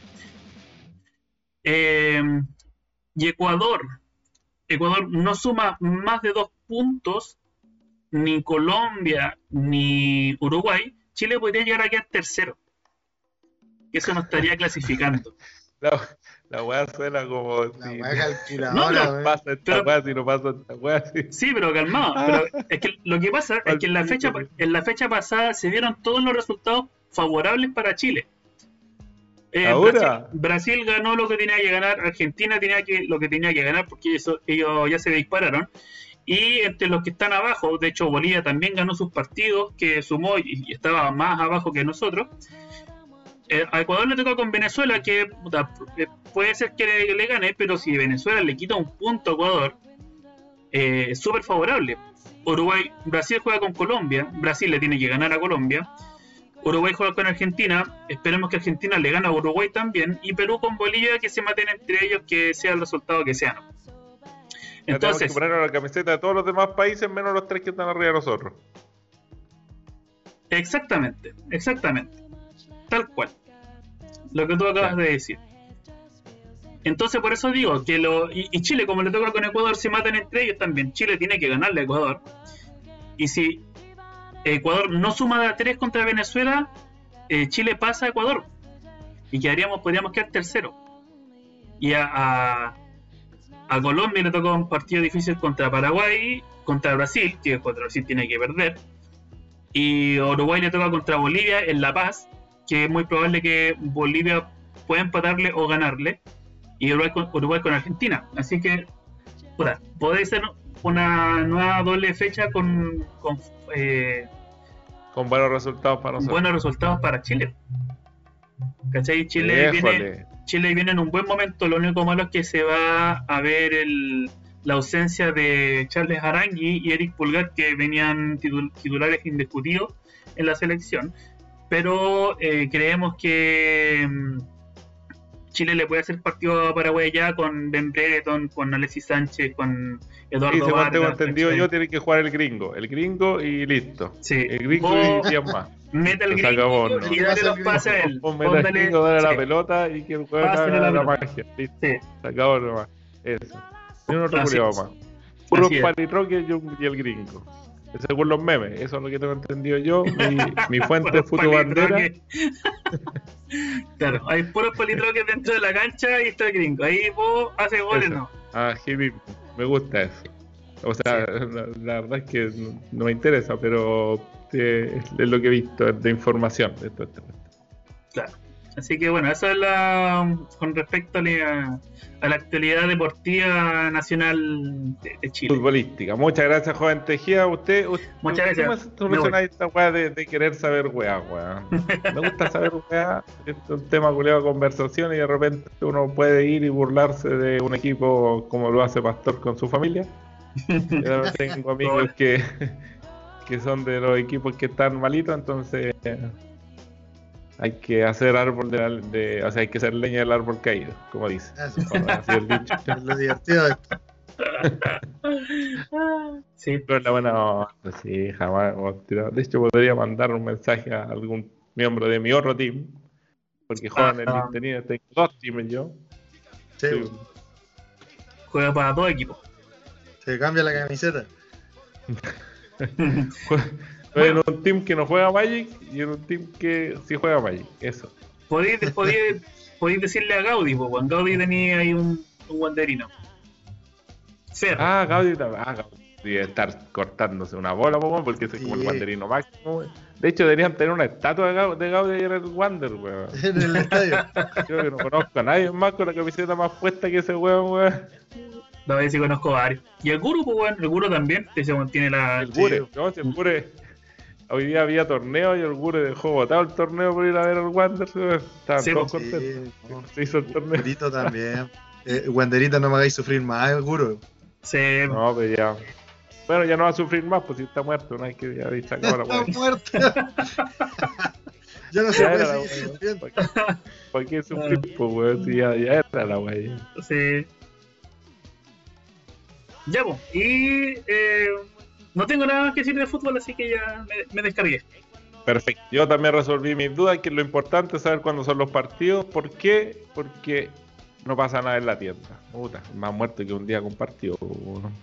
Eh, y Ecuador, Ecuador no suma más de dos puntos, ni Colombia ni Uruguay, Chile podría llegar a quedar tercero. Que eso no estaría clasificando. La, la weá suena como La si weá calculadora, No, no, weón. pasa esta pero- weá, si no pasa esta weá, sí. Sí, pero calmado. Pero es que lo que pasa es que en la fecha en la fecha pasada se dieron todos los resultados favorables para Chile. Eh, Ahora. Brasil, Brasil ganó lo que tenía que ganar, Argentina tenía que lo que tenía que ganar porque eso, ellos ya se dispararon. Y entre los que están abajo, de hecho Bolivia también ganó sus partidos, que sumó y, y estaba más abajo que nosotros. Eh, a Ecuador le toca con Venezuela, que puta, eh, puede ser que le, le gane, pero si Venezuela le quita un punto a Ecuador, eh, es súper favorable. Uruguay, Brasil juega con Colombia, Brasil le tiene que ganar a Colombia. Uruguay juega con Argentina, esperemos que Argentina le gane a Uruguay también, y Perú con Bolivia, que se maten entre ellos, que sea el resultado que sea. Ya tenemos que Entonces, ponernos la camiseta de todos los demás países, menos los tres que están arriba de nosotros. exactamente, exactamente, tal cual, lo que tú acabas Ya. de decir. Entonces por eso digo que lo y, y Chile, como le toca con Ecuador, se matan entre ellos también. Chile tiene que ganarle a Ecuador, y si Ecuador no suma de a tres contra Venezuela, eh, Chile pasa a Ecuador y quedaríamos, podríamos quedar tercero. Y a, a, a Colombia le toca un partido difícil contra Paraguay, contra Brasil, que contra Brasil tiene que perder, y a Uruguay le toca contra Bolivia en La Paz, que es muy probable que Bolivia pueda empatarle o ganarle, y Uruguay con, Uruguay con Argentina. Así que, puta, puede ser una nueva doble fecha con, con eh, Con buenos resultados para nosotros. buenos resultados para Chile. ¿Cachai? Chile viene, Éjole. Chile viene en un buen momento. Lo único malo es que se va a ver el, la ausencia de Charles Arangui y Eric Pulgar, que venían titul- titulares indiscutidos en la selección. Pero eh, creemos que mm, Chile le puede hacer partido a Paraguay ya con Ben Brereton, con Alexis Sánchez, con Eduardo Y según Vargas. tengo entendido ¿cachai? yo, tiene que jugar el gringo. El gringo y listo. Sí. El gringo Vos- y diez más. Mete al Se gringo acabó, ¿no? y dale los pases a él. Ponme al Póndale- gringo, dale sí. la pelota y que el juego Pásale haga la la, pelota. magia. Listo. Sí. Se acabó nomás. Eso. Ni un otro Así culiao es. más. Puro Así es. palitroque y, un- y el gringo. Según los memes, eso es lo que tengo entendido yo. Mi, mi fuente es Puros Futu Bandera. palitroques. Claro, hay puros palitroques dentro de la cancha y está el gringo. Ahí vos haces goles, Eso. no. Ah, hippie, me gusta eso. O sea, la, la verdad es que no, no me interesa, pero eh, es lo que he visto de información de todo esto. Claro. Así que bueno, eso es la con respecto a la, a la actualidad deportiva nacional de, de Chile. Futbolística. Muchas gracias, joven Tejía. Usted, usted Muchas gracias. ¿cómo Me soluciona esta weá de, de querer saber weá, weá? Me gusta saber weá. Es un tema culiado de conversación y de repente uno puede ir y burlarse de un equipo como lo hace Pastor con su familia. Yo tengo amigos que, que son de los equipos que están malitos, entonces hay que hacer árbol de, la- de o sea, hay que hacer leña del árbol caído, como dice. Eso. Así el dicho. Es lo divertido de esto. Sí, Pero es la buena onda, sí, jamás hemos tirado. De hecho, podría mandar un mensaje a algún miembro de mi otro team, porque juegan en Ah. el Internet, tengo dos teams yo. Sí, Sí. juega para todo equipo. se cambia la camiseta. Estoy en un team que no juega Magic y en un team que sí juega Magic, eso. Podéis, podéis, podéis decirle a Gaudí, pues, Juan Gaudí tenía ahí un, un guanderino. Fer. Ah, Gaudi también. Ah, Gaudi debe estar cortándose una bola, po, weón, porque ese es como el Sí. banderino máximo, weón. De hecho, deberían tener una estatua de Gaudi, de Gaudi ahí en el Wander, weón. En el estadio. Creo que no conozco a nadie más con la camiseta más puesta que ese weón, weón. La vez sí conozco varios. Y el Guru, pues bueno, el Guru también, que se tiene la. El Gure, ¿no? Si el Gure. Hoy día había torneo y el Gure dejó botado el torneo por ir a ver al Wander, weón. Estaban Sí, todos Sí, contentos. no, Se hizo el torneo. Gurito también. Eh, Wanderita, no me hagáis sufrir más, seguro. Se, No, pues ya. Bueno, ya no va a sufrir más, pues si está muerto, no hay que ya se acabó la Está weón. muerta. Ya no se Ya puede era la seguir wea. sufriendo. ¿Para qué, pa' qué sufrir, pues, weón? Si ya, ya era la wea. Sí. Ya, pues. Y eh, no tengo nada más que decir de fútbol, así que ya me, me descargué. Perfecto. Yo también resolví mis dudas, que lo importante es saber cuándo son los partidos. ¿Por qué? Porque no pasa nada en la tienda. Puta, más muerto que un día compartido. ¿No?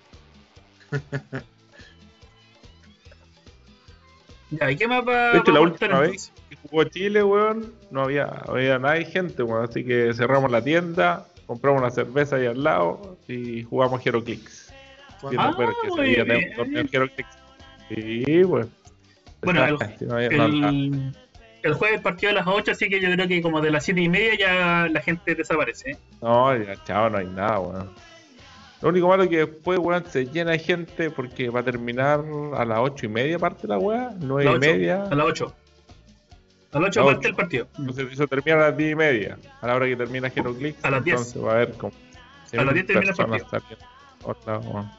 Ya, ¿y qué más va, De hecho, va la a contar última entonces? vez que jugó Chile, weón, no había, había nada de gente, weón. Así que cerramos la tienda, compramos una cerveza ahí al lado y jugamos HeroClix. ¿Cuándo? Ah, Pero es que ese muy día tenemos bien. un torneo en HeroClix. Sí, weón. Bueno, el, Sí, no había- no había- el, el jueves partió a las ocho, así que yo creo que como de las siete y media ya la gente desaparece. ¿eh? No, ya, chao, no hay nada, weón. Lo único malo es que después, weón, se llena de gente porque va a terminar a las ocho y media parte la weá, nueve Las y ocho, media. a las ocho. A las ocho A las parte ocho. el partido. Entonces eso termina a las diez y media, a la hora que termina HeroClix. A las diez. Entonces va a haber como A las diez termina el personas partido. saliendo. Otra, weón.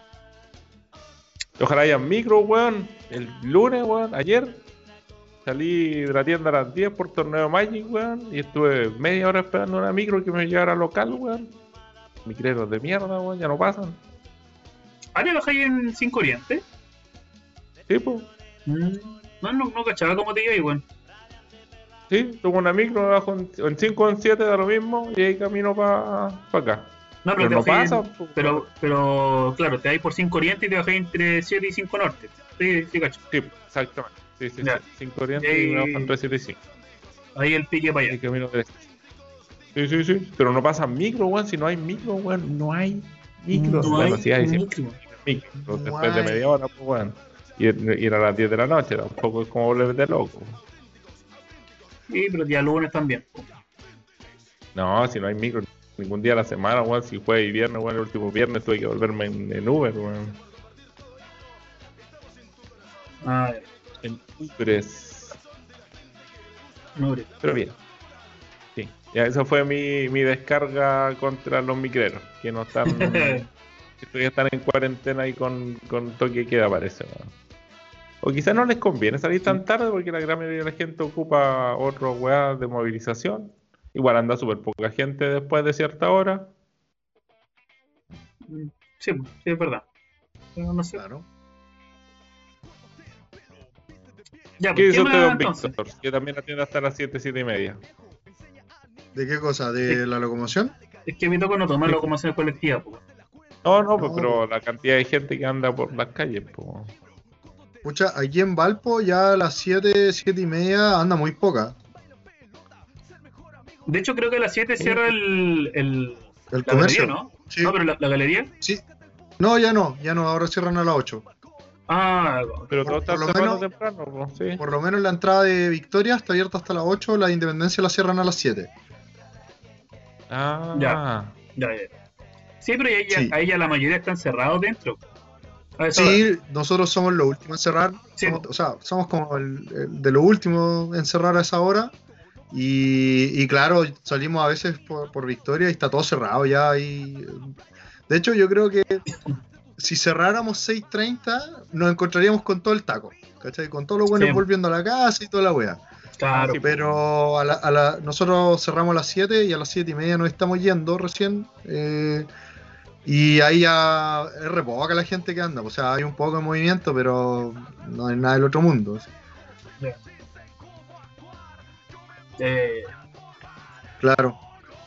Ojalá haya micro, weón. El lunes, weón, ayer salí de la tienda a las diez por torneo Magic, weón, y estuve media hora esperando una micro que me llevara local, weón. Micreros de mierda, weón, ya no pasan. ¿Ah, le bajáis en Cinco Oriente? Sí, pues. Mm, No, no, no cachaba cómo te iba ahí, weón. Sí, tomo una micro, me bajo en, en cinco o en siete, da lo mismo, y ahí camino para pa acá. No, Pero pero, te no bajáis pasa, en- pues, pero, pero, claro, te vais por Cinco Oriente y te bajáis entre siete y cinco Norte. Sí, sí, cacho. Sí, exactamente. Sí, sí, Ya. sí. cinco Oriente Y ahí- y me bajo en tres siete cinco. Ahí el pique para Y allá. camino tres. Sí, sí, sí. Pero no pasa micro, weón. Si no hay micro, weón, no hay micro. No Bueno, hay sí hay micro. siempre micro. No Después de hay. media hora, pues, weón. Ir, ir a las diez de la noche tampoco es como volver de loco. Sí, pero día lunes también. No, si no hay micro ningún día a la semana, weón. Si jueves y viernes, weón, el último viernes tuve que volverme en, en Uber, weón. Ah, En Ubres. no, hombre. Pero bien. Sí. Ya, esa fue mi, mi descarga contra los micreros. Que no están. que todavía están en cuarentena y con, con toque de queda, parece, weón. O quizás no les conviene salir tan tarde porque la gran mayoría de la gente ocupa otros weas de movilización. Igual anda súper poca gente después de cierta hora. Mm, Sí, sí, es verdad. Pero no sé. Claro. Ya, ¿Qué pues, dice ¿qué usted, más don entonces? Víctor? Que también atiende hasta las siete, siete y media. ¿De qué cosa? ¿De la locomoción? Es que me toca no tomar locomoción colectiva, pues. No, no, pues, No, pero la cantidad de gente que anda por las calles, pues. Pucha, aquí en Valpo ya a las siete, siete y media anda muy poca. De hecho, creo que a las siete cierra el, el El la comercio. galería, ¿no? Sí. No, pero la, la galería. Sí. No, ya no, ya no, ahora cierran a las ocho. Ah, Pero Por- todo está por lo cerrando menos- temprano, pues, sí. Por lo menos la entrada de Victoria está abierta hasta las ocho, la de Independencia la cierran a las siete. Ah, Ya. ya, ya. Sí, pero ahí ya, Sí. ahí ya la mayoría están cerrados dentro. A esa hora. Sí, nosotros somos los últimos en cerrar. Sí. Somos- o sea, somos como el, el de los últimos en cerrar a esa hora. Y, y claro, salimos a veces por, por Victoria y está todo cerrado ya. Y, de hecho, yo creo que si cerráramos seis treinta, nos encontraríamos con todo el taco. ¿Cachai? Con todos los buenos Sí. volviendo a la casa y toda la wea. Claro, Ah, sí. Pero a la, a la- nosotros cerramos a las siete y a las siete y media nos estamos yendo recién. eh, y ahí ya es re poca la gente que anda. O sea, hay un poco de movimiento, pero no hay nada del otro mundo. eh, Claro.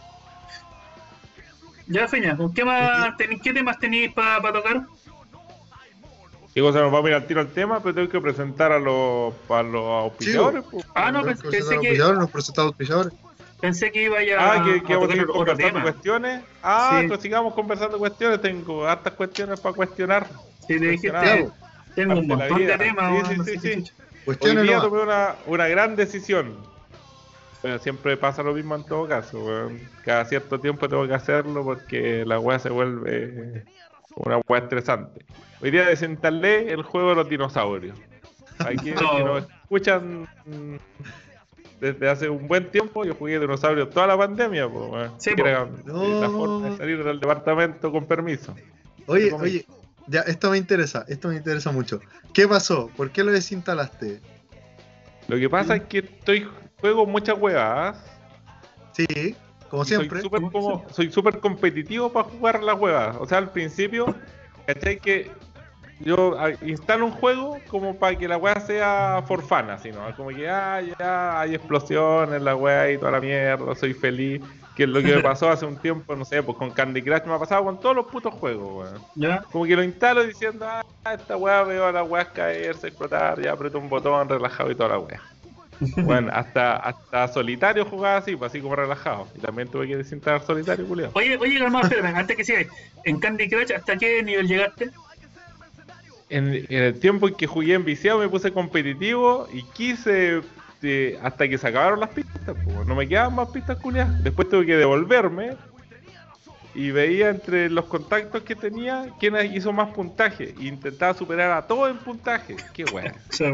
ya, Feña, ¿con qué, más tení- ¿qué temas tenéis para tocar? ¿Qué cosa nos va a mirar al tiro al tema? Pero tengo que presentar a los, a los auspiciadores, pues. Ah, no, Nos pensé, presentaron pensé que, auspiciadores, nos presentaron auspiciadores. pensé que iba ya Ah, que, que a vamos a tocar seguir otro conversando tema. cuestiones. Ah, Sí. pues sigamos conversando cuestiones. Tengo hartas cuestiones para cuestionar. Si te dijiste, Cuestionar. tengo un Parte de la montón de vida. temas. Sí, weón, sí, no sí, sé qué sí. chucha. Hoy Cuestiones día nomás. tomé una, una gran decisión. Pero siempre pasa lo mismo en todo caso, weón. Cada cierto tiempo tengo que hacerlo porque la weá se vuelve una weá estresante. Hoy día desinstalé el juego de los dinosaurios. Aquí No. si nos escuchan mm, desde hace un buen tiempo, yo jugué dinosaurios toda la pandemia, pues, weón. Sí, Que po. era No. la forma de salir del departamento con permiso. Oye, comí. oye, ya, esto me interesa, esto me interesa mucho. ¿Qué pasó? ¿Por qué lo desinstalaste? Lo que pasa es que estoy juego muchas huevadas. Sí, como y siempre. Soy súper como, soy súper competitivo para jugar las huevadas. O sea, al principio, ¿cachai? Que yo ah, instalo un juego como para que la hueá sea for fun, así, ¿no? Como que, ah, ya hay explosiones, la hueá y toda la mierda, soy feliz. Que es lo que me pasó hace un tiempo, no sé, pues con Candy Crush me ha pasado con todos los putos juegos, weón. ¿Ya? Como que lo instalo diciendo, ah, esta weá veo a las weas caerse, explotar, ya aprieto un botón, relajado y toda la weá. Bueno, hasta, hasta solitario jugaba así, pues así como relajado. Y también tuve que desinstalar solitario, culiao. Oye, oye, calmado, espérame, antes que siga. En Candy Crush, ¿hasta qué nivel llegaste? En, en el tiempo en que jugué en viciado me puse competitivo y quise eh, hasta que se acabaron las pistas, pues, no me quedaban más pistas culiadas. Después tuve que devolverme y veía entre los contactos que tenía quién hizo más puntaje e intentaba superar a todos en puntaje. Qué weá.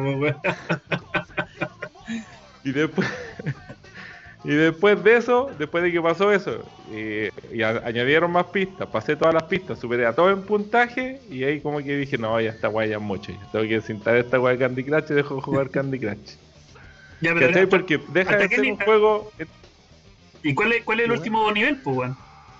Y después y después de eso, después de que pasó eso, eh, y a, añadieron más pistas, pasé todas las pistas, superé a todos en puntaje y ahí como que dije, no, ya esta weá ya es mucho, ya tengo que desinstalar esta weá de Candy Crush y dejo de jugar Candy Crush. Ya, pero ¿Cachai? hasta- Porque deja ¿hasta de qué ser ni- un juego... ¿Y cuál es, cuál es el ¿Qué, último nivel, pues, weón?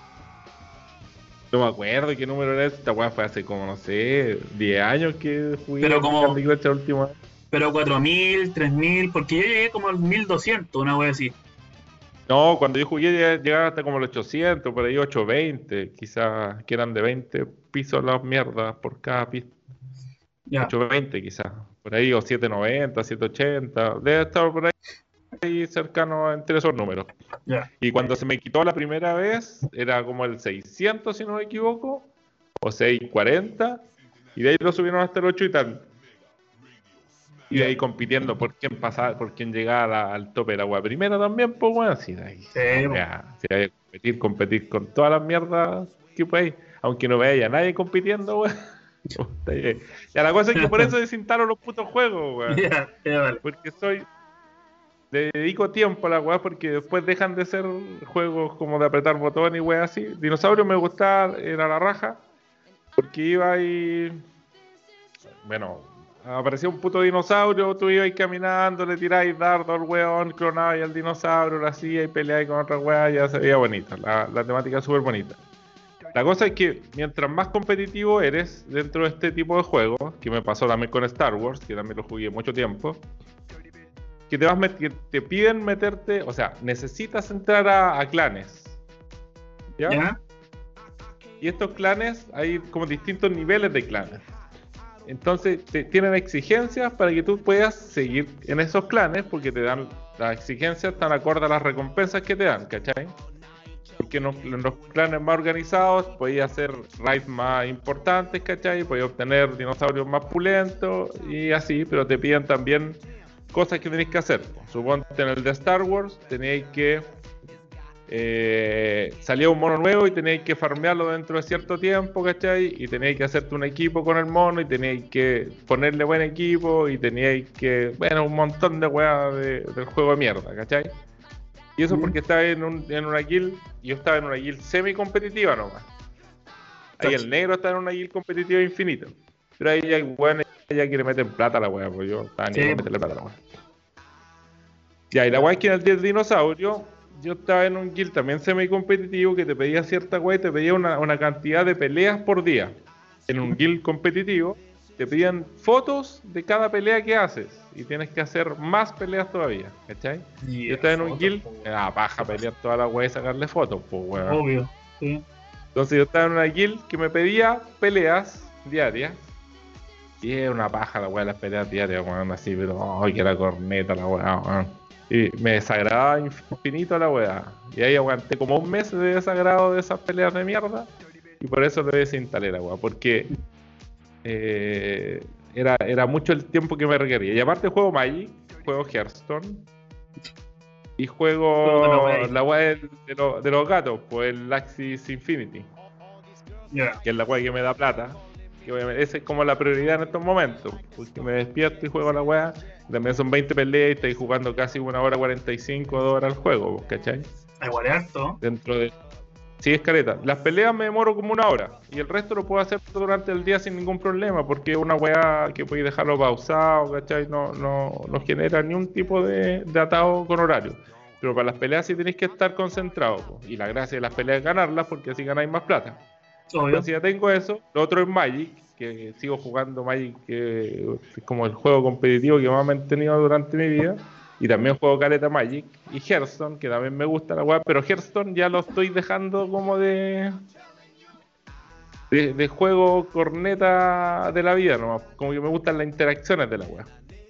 No me acuerdo qué número era, esta weá fue hace como, no sé, diez años que jugué Pero como- Candy Crush el último año. Pero cuatro mil, tres mil, porque yo llegué como al mil doscientos, una wea así. No, cuando yo jugué lleg- llegaba hasta como los ochocientos, por ahí ochocientos veinte, quizás, que eran de veinte pisos las mierdas por cada pista. Ya. ochocientos veinte quizás, por ahí, o setecientos noventa, setecientos ochenta, debe estar por ahí cercano entre esos números. Ya. Y cuando se me quitó la primera vez, era como el seiscientos, si no me equivoco, o seiscientos cuarenta, y de ahí lo subieron hasta el ocho y tal. Y de ahí compitiendo por quién pasaba, por quién llegaba al tope de la wea primera también, pues bueno, así de ahí. Sí, O sea, si hay que competir, competir con todas las mierdas que puede, aunque no vea a nadie compitiendo, weón. Ya la cosa es que por eso desinstalo los putos juegos, weón. Ya, ya, vale. Porque soy. Le dedico tiempo a la weá porque después dejan de ser juegos como de apretar botones y weá así. Dinosaurio me gustaba, era la raja. Porque iba ahí. Bueno, aparecía un puto dinosaurio, tú ibas caminando, le tiráis dardo al weón, clonabas al dinosaurio, lo hacía y peleáis con otra weá, ya se veía bonita. La, la temática es súper bonita. La cosa es que mientras más competitivo eres dentro de este tipo de juegos, que me pasó también con Star Wars, que también lo jugué mucho tiempo, que te vas met- que te piden meterte, o sea, necesitas entrar a, a clanes. ¿Ya? ¿Ya? Y estos clanes, hay como distintos niveles de clanes. Entonces, te, tienen exigencias para que tú puedas seguir en esos clanes, porque te dan, las exigencias están acorde a las recompensas que te dan, ¿cachai? Porque en los, en los clanes más organizados podías hacer raids más importantes, ¿cachai? Podías obtener dinosaurios más pulentos y así, pero te piden también cosas que tenéis que hacer. Suponte en el de Star Wars tenéis que eh, salía un mono nuevo y tenéis que farmearlo dentro de cierto tiempo, ¿cachai? Y tenéis que hacerte un equipo con el mono y tenéis que ponerle buen equipo y tenéis que, bueno, un montón de weas de, del juego de mierda, ¿cachai? Y eso Mm. porque estaba en, un, en una guild y yo estaba en una guild semi competitiva nomás. Ahí el negro está en una guild competitiva infinita. Pero ahí hay weones ya que le meten plata a la wea, pues yo estaba ni Sí. con meterle plata a la wea. Ya, y la wea es que en el diez dinosaurio, yo estaba en un guild también semi competitivo que te pedía cierta wea y te pedía una, una cantidad de peleas por día. En un guild competitivo te pedían fotos de cada pelea que haces y tienes que hacer más peleas todavía, ¿cachai? Y Yo estaba en un fotos, guild, po, me daba paja pelear toda la wea y sacarle fotos, pues weón. obvio. Sí. Entonces yo estaba en una guild que me pedía peleas diarias. Y era una paja la weá de las peleas diarias, weón, así, pero ay, que la corneta la weá, weón. Y me desagradaba infinito la weá. Y ahí aguanté como un mes de desagrado de esas peleas de mierda. Y por eso lo desinstalé la weá, porque eh, era, era mucho el tiempo que me requería. Y aparte juego Magic, juego Hearthstone. Y juego Juego de la la weá de, de, lo- de los gatos, pues el Axis Infinity, Ya. que es la weá que me da plata. Que obviamente esa es como la prioridad en estos momentos, porque me despierto y juego la weá. También son veinte peleas y estoy jugando casi una hora cuarenta y cinco, dos horas al juego, ¿cachai? Igual es harto. Dentro de Sí, es caleta. Las peleas me demoro como una hora y el resto lo puedo hacer durante el día sin ningún problema porque es una weá que podéis dejarlo pausado, ¿cachai? No, no, no genera ni un tipo de, de atado con horario. Pero para las peleas sí tenéis que estar concentrados, po. Y la gracia de las peleas es ganarlas porque así ganáis más plata. Obvio. Entonces ya tengo eso. Lo otro es Magic, que sigo jugando Magic, que es como el juego competitivo que más me he mantenido durante mi vida. Y también juego caleta Magic y Hearthstone, que también me gusta la weá, pero Hearthstone ya lo estoy dejando como de, de de juego corneta de la vida nomás, como que me gustan las interacciones de la weá.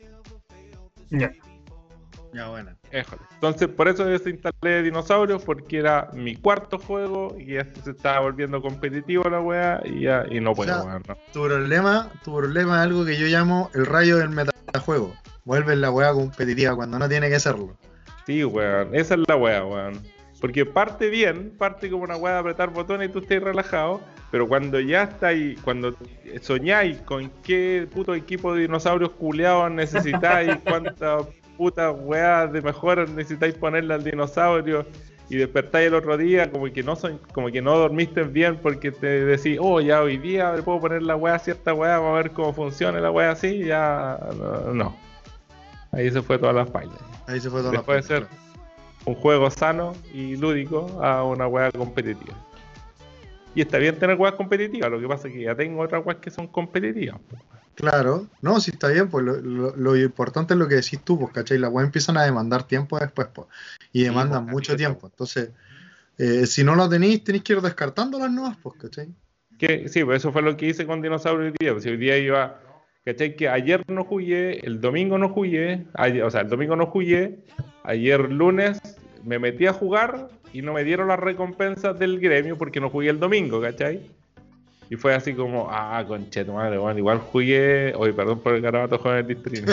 Ya. Ya, bueno. Éjole. Entonces por eso desinstalé Dinosaurios, porque era mi cuarto juego y ya se estaba volviendo competitivo la weá y ya y no puedo, O sea, weón, no. Tu problema, tu problema es algo que yo llamo el rayo del metajuego. Vuelve la weá competitiva cuando no tiene que serlo. Sí, weón, esa es la weá, weón. Porque parte bien, parte como una weá de apretar botones y tú estás relajado, pero cuando ya estáis, cuando soñáis con qué puto equipo de dinosaurios culeados necesitáis, cuántas putas weas de mejoras necesitáis ponerle al dinosaurio, y despertáis el otro día como que no son, como que no dormiste bien porque te decís, oh, ya hoy día le puedo poner la wea a cierta wea, vamos a ver cómo funciona la wea así, ya no. no. Ahí se fue todas las pailas. Ahí se fue todo. Después de ser un juego sano y lúdico a una weá competitiva. Y está bien tener weas competitivas, lo que pasa es que ya tengo otras weas que son competitivas. Claro, no, si está bien, pues lo, lo, lo importante es lo que decís tú, pues, ¿cachai? Las weas empiezan a demandar tiempo después, pues, y demandan pues, mucho eso. tiempo. Entonces, eh, si no lo tenéis, tenéis que ir descartando las nuevas, pues, ¿cachai? Que, sí, pues eso fue lo que hice con Dinosaurio hoy día. Pues, hoy día iba, ¿cachai? Que ayer no jugué, el domingo no jugué, ayer, o sea, el domingo no jugué, ayer lunes me metí a jugar y no me dieron las recompensas del gremio porque no jugué el domingo, ¿cachai? Y fue así como, ah, concheto madre, bueno, igual jugué, oye, perdón por el garabato joven del distrito.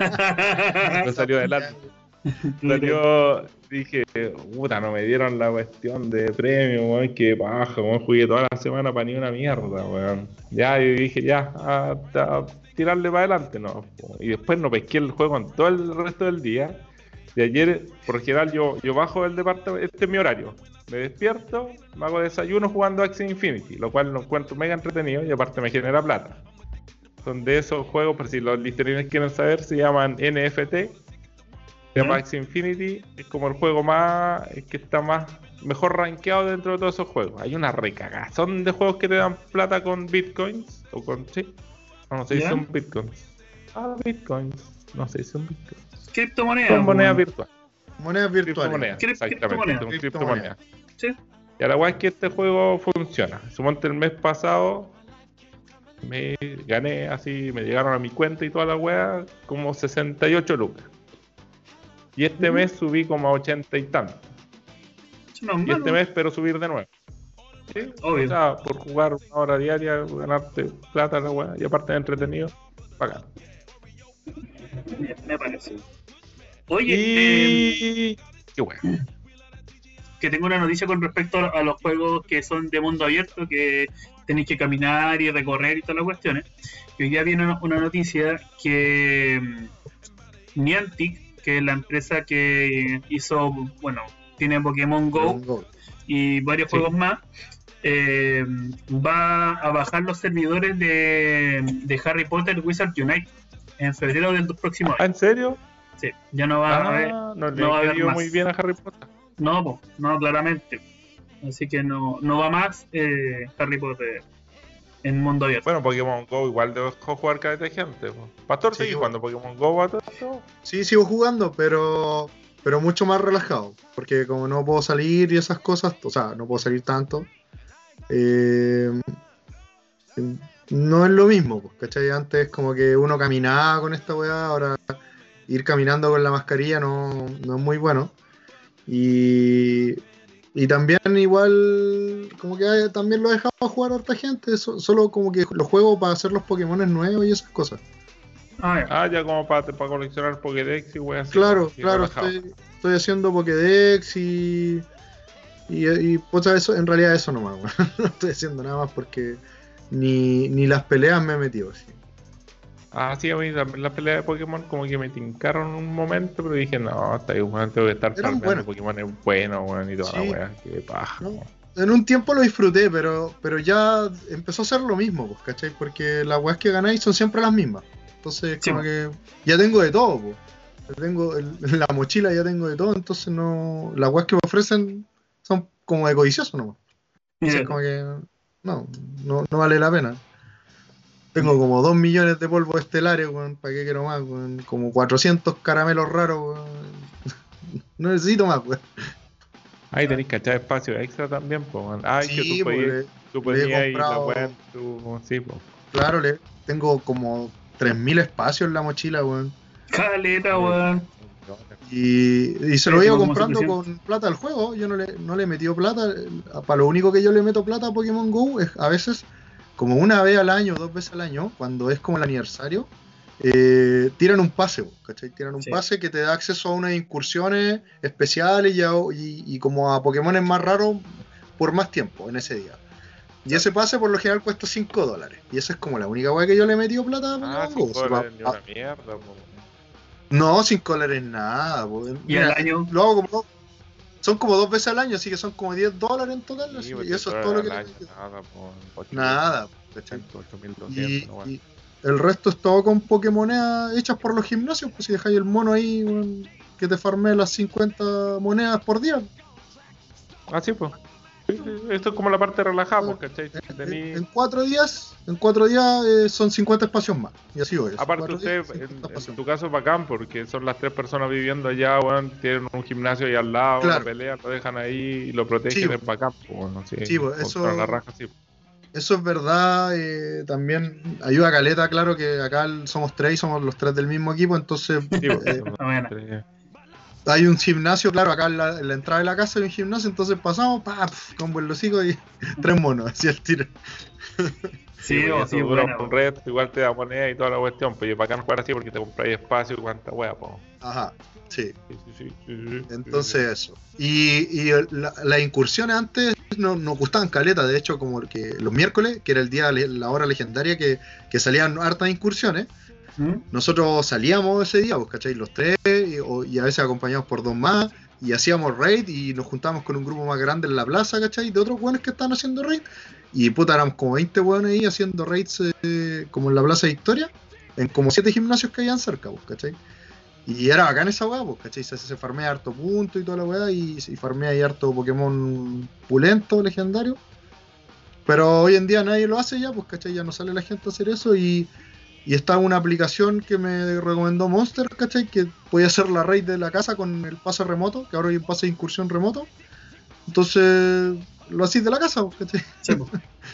No salió adelante. Salió, dije, puta, no me dieron la cuestión de premio, weón, que paja, weón, jugué toda la semana para ni una mierda, weón. Ya, y dije, ya, a, a tirarle para adelante, no. Y después no pesqué el juego en todo el resto del día. De ayer, por general, yo, yo bajo del departamento, este es mi horario. Me despierto, me hago desayuno jugando Axie Infinity, lo cual lo encuentro mega entretenido y aparte me genera plata. Son de esos juegos, por si los listerines quieren saber, se llaman N F T. Se llama Axie Infinity, es como el juego más, es que está más, mejor rankeado dentro de todos esos juegos. Hay una recagazón de juegos que te dan plata con bitcoins, o con, sí, no, no sé si ¿Ya? son bitcoins. Ah, bitcoins, no sé si son bitcoins. Criptomonedas. Son monedas weón. virtuales. Monedas virtuales. Criptomonedas, Crip- exactamente, criptomonedas. son Criptomonedas. criptomonedas. Sí. Y a la weá es que este juego funciona. Suponte el mes pasado me gané así, me llegaron a mi cuenta y toda la weá como sesenta y ocho lucas. Y este mes subí como a ochenta y tantos. Eso no es Y este malo. mes espero subir de nuevo. ¿Sí? Obvio. O sea, por jugar una hora diaria, ganarte plata la weá, y aparte de entretenido, bacán. Me, me parece. Oye, eh, Y... qué weá. que tengo una noticia con respecto a, a los juegos que son de mundo abierto, que tenéis que caminar y recorrer y todas las cuestiones. Y hoy día viene una, una noticia que mm, Niantic, que es la empresa que hizo, bueno, tiene Pokémon Go Go. y varios Sí. juegos más, eh, va a bajar los servidores de, de Harry Potter Wizard Unite en febrero del próximo ¿Ah, año. en serio? Sí, ya no va a haber, Ah, no le no va a he haber querido más. muy bien a Harry Potter. no, po, no, claramente. Así que no, no va más eh, Harry Potter en mundo abierto. Bueno, Pokémon Go igual dejó jugar cada de gente. Po. Pastor, Sí, sigue bueno. jugando Pokémon Go a todo esto? Sí, sigo jugando, pero pero mucho más relajado, porque como no puedo salir y esas cosas, o sea, no puedo salir tanto, eh, no es lo mismo, pues, ¿cachai? Antes como que uno caminaba con esta weá, ahora ir caminando con la mascarilla no, no es muy bueno. Y, y también igual, como que hay- también lo he dejado jugar a harta gente, so- solo como que lo juego para hacer los Pokémones nuevos y esas cosas. Ah, ya. Ah, ya como para, para coleccionar Pokédex y wey así. Claro, así claro, relajado. estoy, estoy haciendo Pokédex y, y, y puta, eso, en realidad eso nomás, weón. No estoy haciendo nada más porque ni, ni las peleas me he metido así. Ah, sí, a mí también las peleas de Pokémon como que me tincaron un momento, pero dije, no, hasta ahí, weón, tengo que estar Eran farmeando buenas. Pokémon es bueno, weón, y toda la Sí. weá, qué paja. ¿No? weón. en un tiempo lo disfruté, pero, pero ya empezó a ser lo mismo, pues, ¿cachai? Porque las weas que ganáis son siempre las mismas. Entonces, Sí, como po. que ya tengo de todo, pues. Tengo el- en la mochila ya tengo de todo, entonces no. Las weas que me ofrecen son como de codicioso nomás. Entonces, como que no, no, no vale la pena. Tengo como dos millones de polvos estelares, weón, ¿para qué quiero más, weón? Como cuatrocientos caramelos raros, weón. No necesito más, weón. Ahí tenéis que echar espacio extra también, pues. Man. Ah, es que tú Sí, pues podías, le, tú le he ponías ahí la weá en comprado, tu. Sí, pues. claro, le, tengo como tres mil espacios en la mochila, weón. Caleta, weón. Y, y se Sí, lo iba tengo como comprando suficiente. con plata al juego. Yo no le, no le he metido plata. Para lo único que yo le meto plata a Pokémon Go es a veces, como una vez al año, dos veces al año, cuando es como el aniversario, eh, tiran un pase, ¿cachai? Tiran un Sí. pase que te da acceso a unas incursiones especiales y, a- y, y como a Pokémon más raros por más tiempo en ese día. Y ese pase por lo general cuesta cinco dólares. Y esa es como la única weá que yo le he metido plata a Ah, Pokémon Go. O cinco sea, pa- dólares ni pa- una mierda, pues. no, cinco dólares nada. Po. Y al Mira, año, lo hago como, son como dos veces al año, así que son como diez dólares en total. Sí, Así, pues y diez eso es todo lo dólares que al le he año, metido. nada, pues. ocho mil Nada, ¿cachai? ocho mil doscientos, Y, no, bueno. y el resto es todo con Pokémonedas hechas por los gimnasios. Pues si dejáis el mono ahí, weón, que te farmee las cincuenta monedas por día. Ah, sí, pues. Sí, sí, esto es como la parte relajada, pues, Bueno, ¿cachai? en, Tení- en cuatro días, en cuatro días eh, son cincuenta espacios más. Y así voy. Aparte Cuatro usted, días, en, cincuenta en espacios tu más. caso es bacán, porque son las tres personas viviendo allá, weón, tienen un gimnasio ahí al lado, no Claro, pelean, lo dejan ahí y lo sí, protegen, po, es bacán, pues, bueno, sí, sí, po, funciona la eso, raja, sí. eso es verdad. Eh, también ayuda a Caleta, claro que acá el- somos tres y somos los tres del mismo equipo, entonces Sí, pues, eh, son los bueno, tres. hay un gimnasio, claro, acá en la, en la entrada de la casa hay un gimnasio, entonces pasamos, pa, pf, con buen hocico y tres monos, así el tiro. Sí, sí, pues, y o eso sí, dura buena, un weón. resto, igual te da moneda y toda la cuestión, pues y es bacán jugar así porque te compráis espacio y cuánta wea, pues. Ajá, sí. Sí, sí, sí, sí, sí, sí, Entonces eso. Y, y la- las incursiones antes no, nos gustaban caleta, de hecho como que los miércoles, que era el día, la hora legendaria que, que salían hartas incursiones, ¿Mm? nosotros salíamos ese día, pues, ¿cachai? Los tres, y, o- y a veces acompañados por dos más, y hacíamos raid y nos juntábamos con un grupo más grande en la plaza, ¿cachai? De otros weones que estaban haciendo raid, y puta, éramos como veinte weones ahí haciendo raids eh, como en la Plaza Victoria, en como siete gimnasios que habían cerca, pues, ¿cachai? Y era bacán esa weá, pues, ¿cachai? Se, se farmea harto punto y toda la weá, y, y farmea ahí harto Pokémon pulento, legendario. Pero hoy en día nadie lo hace ya, pues, ¿cachai? Ya no sale la gente a hacer eso y, y está una aplicación que me recomendó Monster, ¿cachai? Que podía hacer la raid de la casa con el pase remoto, que ahora hay un pase de incursión remoto. Entonces, lo hacís de la casa, pues, ¿cachai? Sí, po.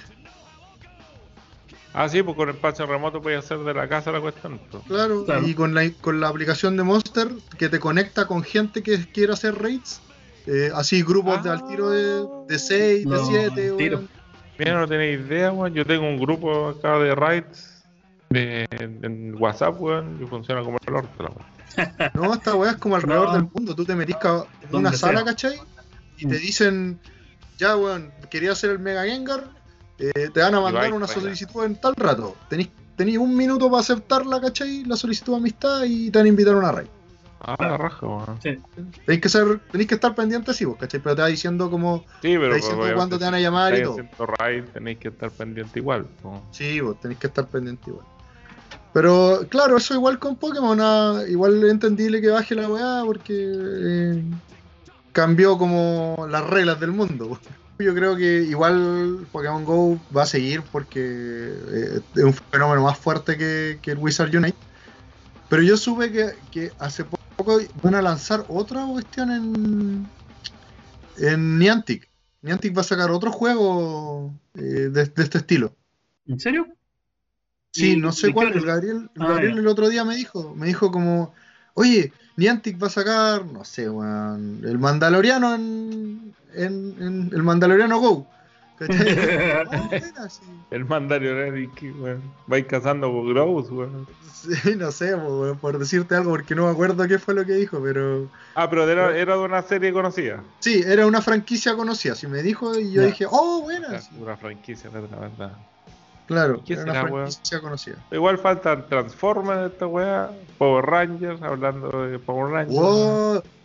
Ah, sí, pues con el pase remoto puedes hacer de la casa la cuestión, pues. Claro, Claro. y con la, con la aplicación de Monster que te conecta con gente que quiere hacer raids, eh, así grupos de al tiro de, de seis, de No, siete, tiro. weón. Mira, no tenéis idea, weón. Yo tengo un grupo acá de raids de, en, en WhatsApp, weón, y funciona como el orto, la weón. No, esta weá es como alrededor No. del mundo. Tú te metís ca- en Donde una sala, sea. ¿cachai? Y te Mm. dicen, ya, weón, quería hacer el Mega Gengar, eh, te van a Y mandar vais, una baila. solicitud en tal rato. Tenís, tenís un minuto para aceptarla, ¿cachai? La solicitud de amistad y te van a invitar a una raid. Ah, la raja, weón. Sí. Tenéis que ser, tenéis que estar pendientes, sí, vos, ¿cachai? Pero te va diciendo como, Sí, te pero va diciendo obviamente, cuándo te van a si llamar y estáis todo. haciendo raid, tenéis que estar pendiente igual, po. Sí, vos tenéis que estar pendiente igual. Pero claro, eso igual con Pokémon, ah, igual es entendible que baje la weá porque eh, cambió como las reglas del mundo. Yo creo que igual Pokémon Go va a seguir porque eh, es un fenómeno más fuerte que, que el Wizard Unite. Pero yo supe que, que hace poco van a lanzar otra cuestión en, en Niantic. Niantic va a sacar otro juego eh, de, de este estilo. ¿En serio? Sí, ¿Y no sé de qué cuál, hora? el Gabriel, el Ah, Gabriel ya. el otro día me dijo, me dijo como, oye, Niantic va a sacar, no sé, weón, el Mandaloriano en, en, en el Mandaloriano Go. ¿Cachai? Oh, buena, sí. El mandario Eric, weón. Vais cazando por Growth, weón. Sí, no sé, po, por decirte algo, porque no me acuerdo qué fue lo que dijo, pero Ah, pero era, era de una serie conocida. sí, era una franquicia conocida, así me dijo, y yo Ya. dije, oh, buena, Era sí. una franquicia, la verdad. Claro, ¿Qué era una será, weón? franquicia conocida. Igual faltan Transformers de esta weá, Power Rangers, hablando de Power Rangers. Wow,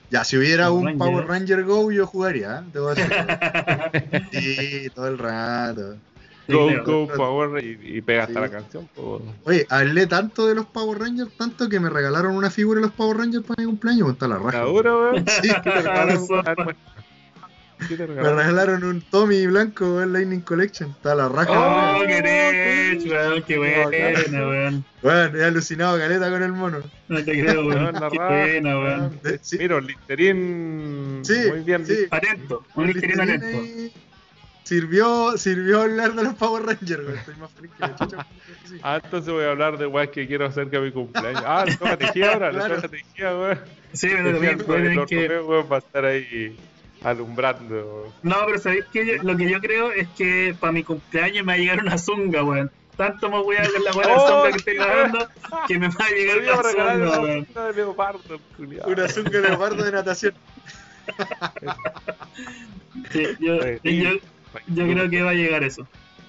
Ya, si hubiera Power un Ranger. Power Ranger Go, yo jugaría, ¿eh? Te voy a decir. Sí, todo el rato. Sí, Go, creo. go, Power y, y pega hasta Sí. la canción. Po. Oye, hablé tanto de los Power Rangers, tanto que me regalaron una figura de los Power Rangers para mi cumpleaños, con toda la raja. ¿La dura, weón? Sí. ¿Qué te regalaron? Eso. A ver, muestra. ¿Qué te Me regalaron? regalaron un Tommy blanco en Lightning Collection, está la raja. Oh, weón. qué rech, weón, qué buena, weón. Bueno, he alucinado caleta con el mono. No te creo, No, weón. la Qué raja, buena, weón. weón. Eh, sí. Mira, un Listerine Sí, muy bien. sí. Atento, un El listerino Listerine atento. ahí Sirvió, sirvió hablar de los Power Rangers, weón. Estoy más feliz que la chucha. Sí. Ah, entonces voy a hablar de weas que quiero hacer que mi cumpleaños. Ah, le toca tejía ahora, Claro. le toca tejía, weón. Sí, pero Tejía también voy a el tener que... ortopeo, weón, va a estar ahí alumbrando. No, pero ¿sabéis qué? Lo que yo creo es que para mi cumpleaños me va a llegar una zunga, weón. Tanto me voy a con la buena Oh, zunga que sí, estoy weón. grabando que me va a llegar Podría una regalar zunga, una weón. cinta de leopardo, culiao. Una azul de leopardo de natación. Sí, yo, yo, yo creo que va a llegar eso.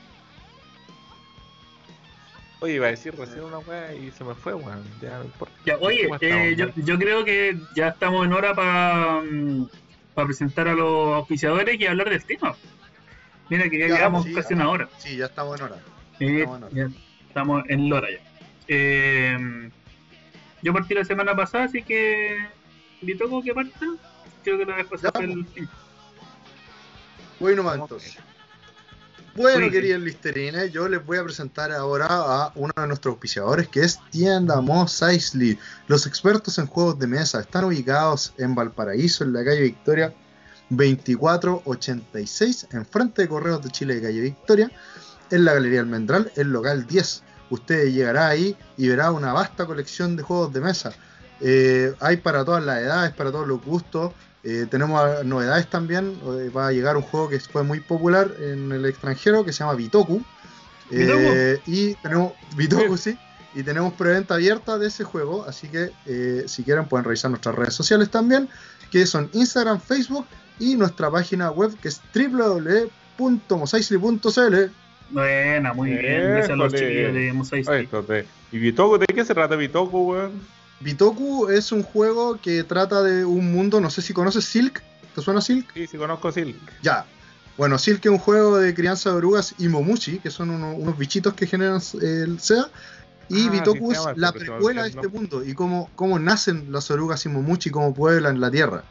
Oye, iba a decir recién una wea y se me fue, weón. Ya no importa. Ya, oye, ¿Cómo eh, estamos, yo, yo creo que ya estamos en hora para para presentar a los auspiciadores y hablar del tema. Mira que ya, Ya, llevamos sí, casi ya. una hora. Sí, ya estamos en hora. Sí, Estamos en hora. ya estamos en Lora ya. Eh, yo partí la semana pasada, así que Bitoku que parta, creo que lo dejo Ya, hacer el fin. Voy nomás entonces. Bueno, Oye. queridos listerines, yo les voy a presentar ahora a uno de nuestros auspiciadores, que es Tienda Mos Eisley. Los expertos en juegos de mesa están ubicados en Valparaíso, en la calle Victoria veinticuatro ochenta y seis, enfrente de Correos de Chile de calle Victoria, en la Galería Almendral, el local diez. Usted llegará ahí y verá una vasta colección de juegos de mesa. Eh, hay para todas las edades, para todos los gustos. Eh, tenemos novedades también. Eh, va a llegar un juego que fue muy popular en el extranjero que se llama Bitoku. Eh, y tenemos Bitoku, sí. Y tenemos preventa abierta de ese juego. Así que eh, si quieren pueden revisar nuestras redes sociales también, que son Instagram, Facebook y nuestra página web que es w w w punto mosaisley punto c l. Buena, muy bien. Gracias a los Éjole. chiquillos de Mosaic. Oye, entonces, ¿y Bitoku? ¿De qué se trata Bitoku, weón? Bitoku es un juego que trata de un mundo, no sé si conoces Silk. ¿Te suena Silk? Sí, sí conozco Silk. Ya. Bueno, Silk es un juego de crianza de orugas y momuchi, que son uno- unos bichitos que generan eh, el S E A. Y Ah, Bitoku sí se es llama, la pero se me precuela de olvidó este el mundo y cómo, cómo nacen las orugas y momuchi, cómo pueblan la tierra.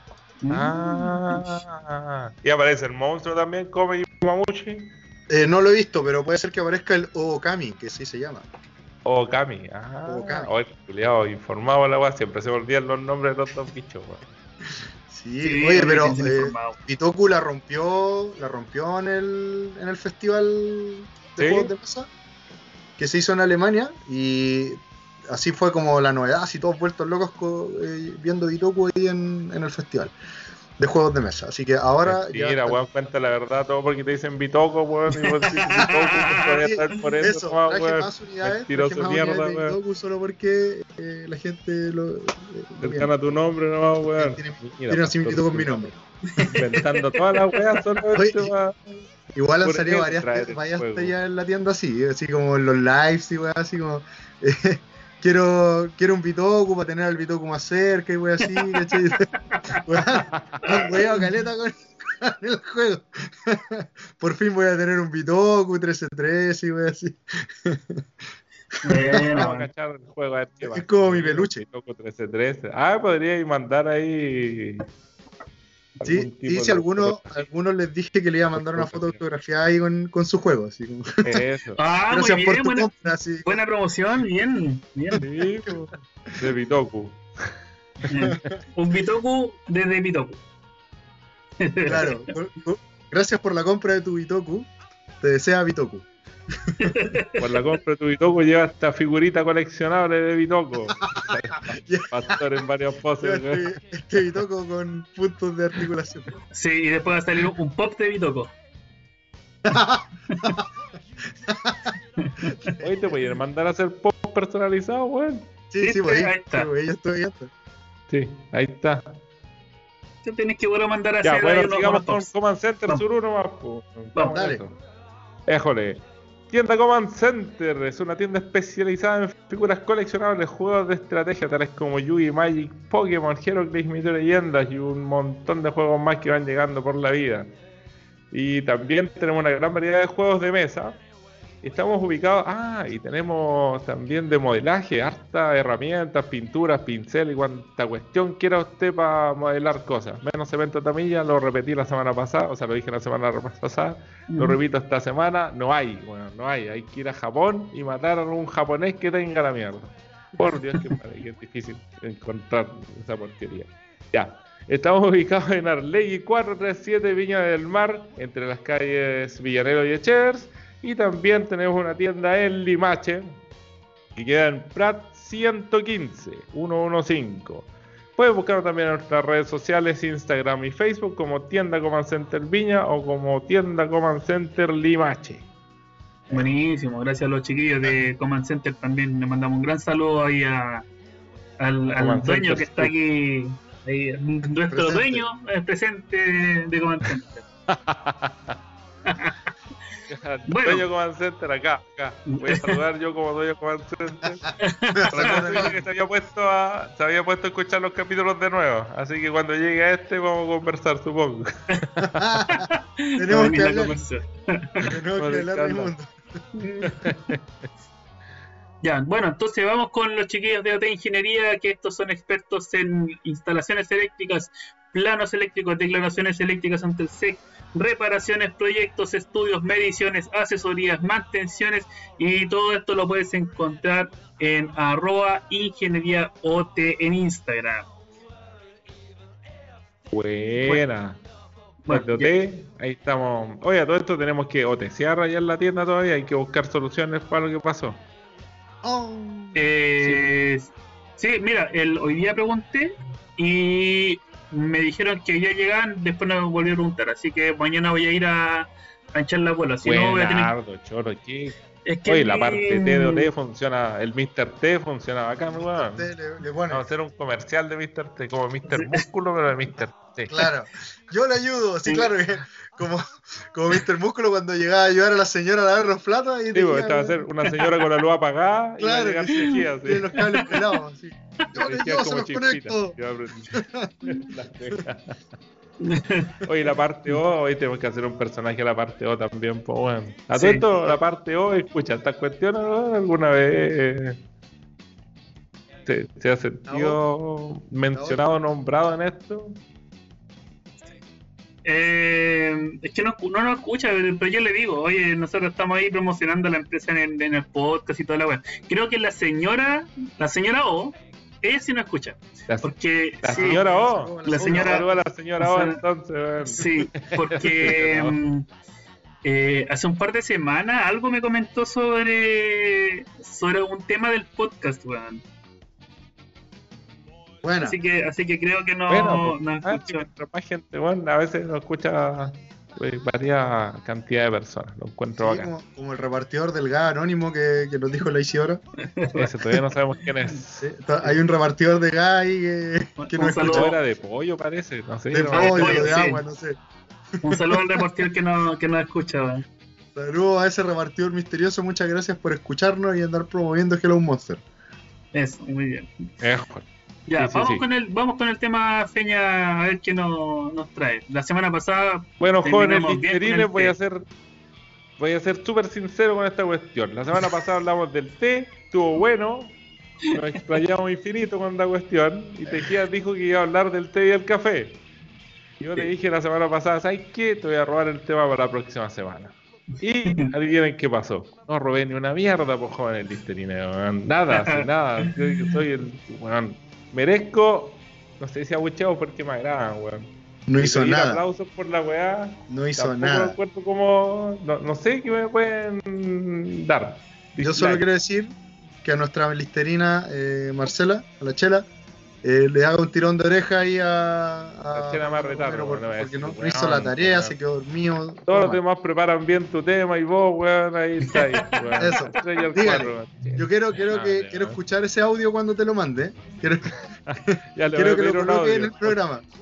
Ah, y aparece el monstruo también, come y mamuchi. Eh, no lo he visto, pero puede ser que aparezca el Okami, que sí se llama. O Kami. Ah, Okami. oye, culiao, informado la weá, siempre se me olvidan los nombres de los dos bichos, weón. Sí, Sí, oye, hay pero que ser eh, informado. Bitoku la rompió, la rompió en el, en el festival de ¿Sí? juegos de mesa que se hizo en Alemania y así fue como la novedad, así todos vueltos locos co- eh, viendo Bitoku ahí en, en el festival de juegos de mesa. Así que ahora ya Mira, está- weón, cuenta la verdad todo porque te dicen Bitoco, weón, y vos decís Bitoco, pues voy a estar por eso, eso, nomás, traje weón. más unidades, Mentiroso traje más mierda, unidades de weón. Bitoku solo porque eh, la gente lo, eh, lo Cercano a tu nombre nomás, weón. Tiene- Mira, tiene una similitud con mi nombre. Inventando todas las weas solamente Oye, va. Igual han Por salido eso varias, traer el varias juego. tallas en la tienda así, así como en los lives y weas, así como eh, quiero, quiero un Bitoku para tener al Bitoku más cerca y weas así, ¿cachai? Weón, han weado caleta con, con el juego. Por fin voy a tener un Bitoku trece trece y weas así. Bueno, Vamos a cachar el juego a ver qué Es va. como mi peluche. Bitoco trece trece. Ah, podríais mandar ahí. Sí, algún tipo y si de- alguno, algunos les dije que le iba a mandar una foto autografiada ahí con, con su juego, así como, Eso. Ah, muy gracias por bien, tu buena, compra, así. buena promoción, bien, bien. Sí, po. De Bitoku. bien. Un Bitoku desde Bitoku. Claro, por- por- gracias por la compra de tu Bitoku, te desea Bitoku. Por la compra de tu Bitoku lleva esta figurita coleccionable de Bitoku. Pastor en varias poses. ¿no? Este, este Bitoku con puntos de articulación. Sí, y después va a salir un pop de Bitoku. Oye, te voy a mandar a hacer pop personalizado, weón. Sí, sí, pues ahí, Ahí está. sí, pues, ahí estoy, ahí está. Sí, ahí está. Tú tienes que volver a mandar a Ya, hacer ahí bueno, unos- sigamos unos con pops. Command Center Vamos. Sur uno más, po. Vamos, dale. eso. Éjole. Tienda Command Center es una tienda especializada en figuras coleccionables, juegos de estrategia tales como Yu-Gi, Magic, Pokémon, Heroclix, Mito de Leyendas y un montón de juegos más que van llegando por la vida. Y también tenemos una gran variedad de juegos de mesa. Estamos ubicados, ah, y tenemos también de modelaje, hartas herramientas, pinturas, pincel y cuanta cuestión quiera usted para modelar cosas. Menos cemento tamilla, lo repetí la semana pasada, o sea, lo dije la semana pasada, mm. lo repito esta semana, no hay, bueno, no hay, hay que ir a Japón y matar a un japonés que tenga la mierda. Por Dios, que, que es difícil encontrar esa porquería. Ya, estamos ubicados en Arlegui cuatrocientos treinta y siete, Viña del Mar, entre las calles Villanero y Echevers. Y también tenemos una tienda en Limache, que queda en Prat ciento quince, ciento quince. Pueden buscarlo también en nuestras redes sociales, Instagram y Facebook, como Tienda Command Center Viña o como Tienda Command Center Limache. Buenísimo, gracias a los chiquillos de Command Center también. Le mandamos un gran saludo ahí a, al, al dueño Center, que está aquí, ahí, nuestro presente. dueño es presente de, de Command Center. Bueno. Dueño Command Center acá, acá. Voy a saludar yo como dueño Command Center. Recuerdo que se había puesto a se había puesto a escuchar los capítulos de nuevo. Así que cuando llegue a este vamos a conversar, supongo. Tenemos que hablar. Tenemos que hablar del mundo. Ya, bueno, entonces vamos con los chiquillos de O T Ingeniería, que estos son expertos en instalaciones eléctricas, planos eléctricos, declaraciones eléctricas ante el S E C, reparaciones, proyectos, estudios, mediciones, asesorías, mantenciones, y todo esto lo puedes encontrar en arroba ingeniería O T en Instagram. Buena. Bueno, O T, ahí estamos. Oye, a todo esto tenemos que O T cierra ya en la tienda todavía, hay que buscar soluciones para lo que pasó. Oh. Eh, sí. sí, mira, el, hoy día pregunté y me dijeron que ya llegan, después no me volví a preguntar, así que mañana voy a ir a, a echar la bola. Si no, voy a tener... choro, ¿qué? Es que Oye, mi... la parte T de O T funciona, el mister T funciona bacán, weón. Le, le Vamos a hacer un comercial de mister T, como mister Sí. Músculo, pero de mister T. Claro, yo le ayudo, sí, sí. claro, como, como mister Músculo cuando llegaba a ayudar a la señora a lavar los platos. Y sí, porque estaba a ser una señora con la luz apagada claro, y llegar seguía, sí. los cables pelados, sí. Yo le ayudo, se los conecto. Oye, la parte O, hoy tenemos que hacer un personaje a la parte O también, pues bueno. A todo sí. esto, la parte O, escucha, estas cuestiones, ¿no? ¿Alguna vez se, se ha sentido mencionado, nombrado en esto? Eh, es que no, no nos escucha, pero yo le digo, oye, nosotros estamos ahí promocionando la empresa en el, en el podcast y toda la web. Creo que la señora, la señora O, ella sí nos escucha. La, porque la sí, señora O, la señora a la señora O, entonces. Bueno. Sí, porque no. eh, hace un par de semanas algo me comentó sobre sobre un tema del podcast, weón. Bueno. Así que, así que creo que no, bueno, no ah, escucha. Sí, más gente, bueno, a veces no escucha eh, varias cantidad de personas, lo encuentro sí, bacán. Como, como el repartidor del gas anónimo que, que nos dijo la Isidora. Ese todavía no sabemos quién es. Sí, hay un repartidor de gas ahí que, que no escucha. Era de pollo, parece, no sé. De no, pollo, de, de sí. agua, no sé. Un saludo al repartidor que no, que no escucha, ¿verdad? Saludos a ese repartidor misterioso, muchas gracias por escucharnos y andar promoviendo Hello Monster. Eso, muy bien. Eh, Ya, sí, vamos, sí, sí. Con el, vamos con el tema Feña, a ver qué nos, nos trae. La semana pasada... Bueno, jóvenes listerines, voy a hacer voy a ser súper sincero con esta cuestión. La semana pasada hablamos del té, estuvo bueno, nos explayamos infinito con la cuestión, y Tejías dijo que iba a hablar del té y el café. Y yo sí. le dije la semana pasada, ¿sabes qué? Te voy a robar el tema para la próxima semana. Y adivinen qué pasó. No robé ni una mierda, por jóvenes listerines, weón. Nada, así, nada. Yo, yo soy el... Weón. Merezco, no sé si abucheado porque me agradan, weón. No hizo nada. Aplausos por la weá. No hizo Tampoco nada. Lo cuento como, no, no sé qué me pueden dar. Yo solo quiero decir que a nuestra listerina eh, Marcela, a la Chela, eh, le haga un tirón de oreja ahí a... a la Chela más retardo, por, bueno, porque no, weón, no hizo la tarea, weón. Se quedó dormido. Todos los demás preparan bien tu tema y vos, weón, ahí está. Ahí, weón. Eso. Dígale. Yo quiero, quiero, ah, que, ya, quiero escuchar ese audio cuando te lo mande. Quiero, ya le quiero que voy a lo un coloque audio en el programa.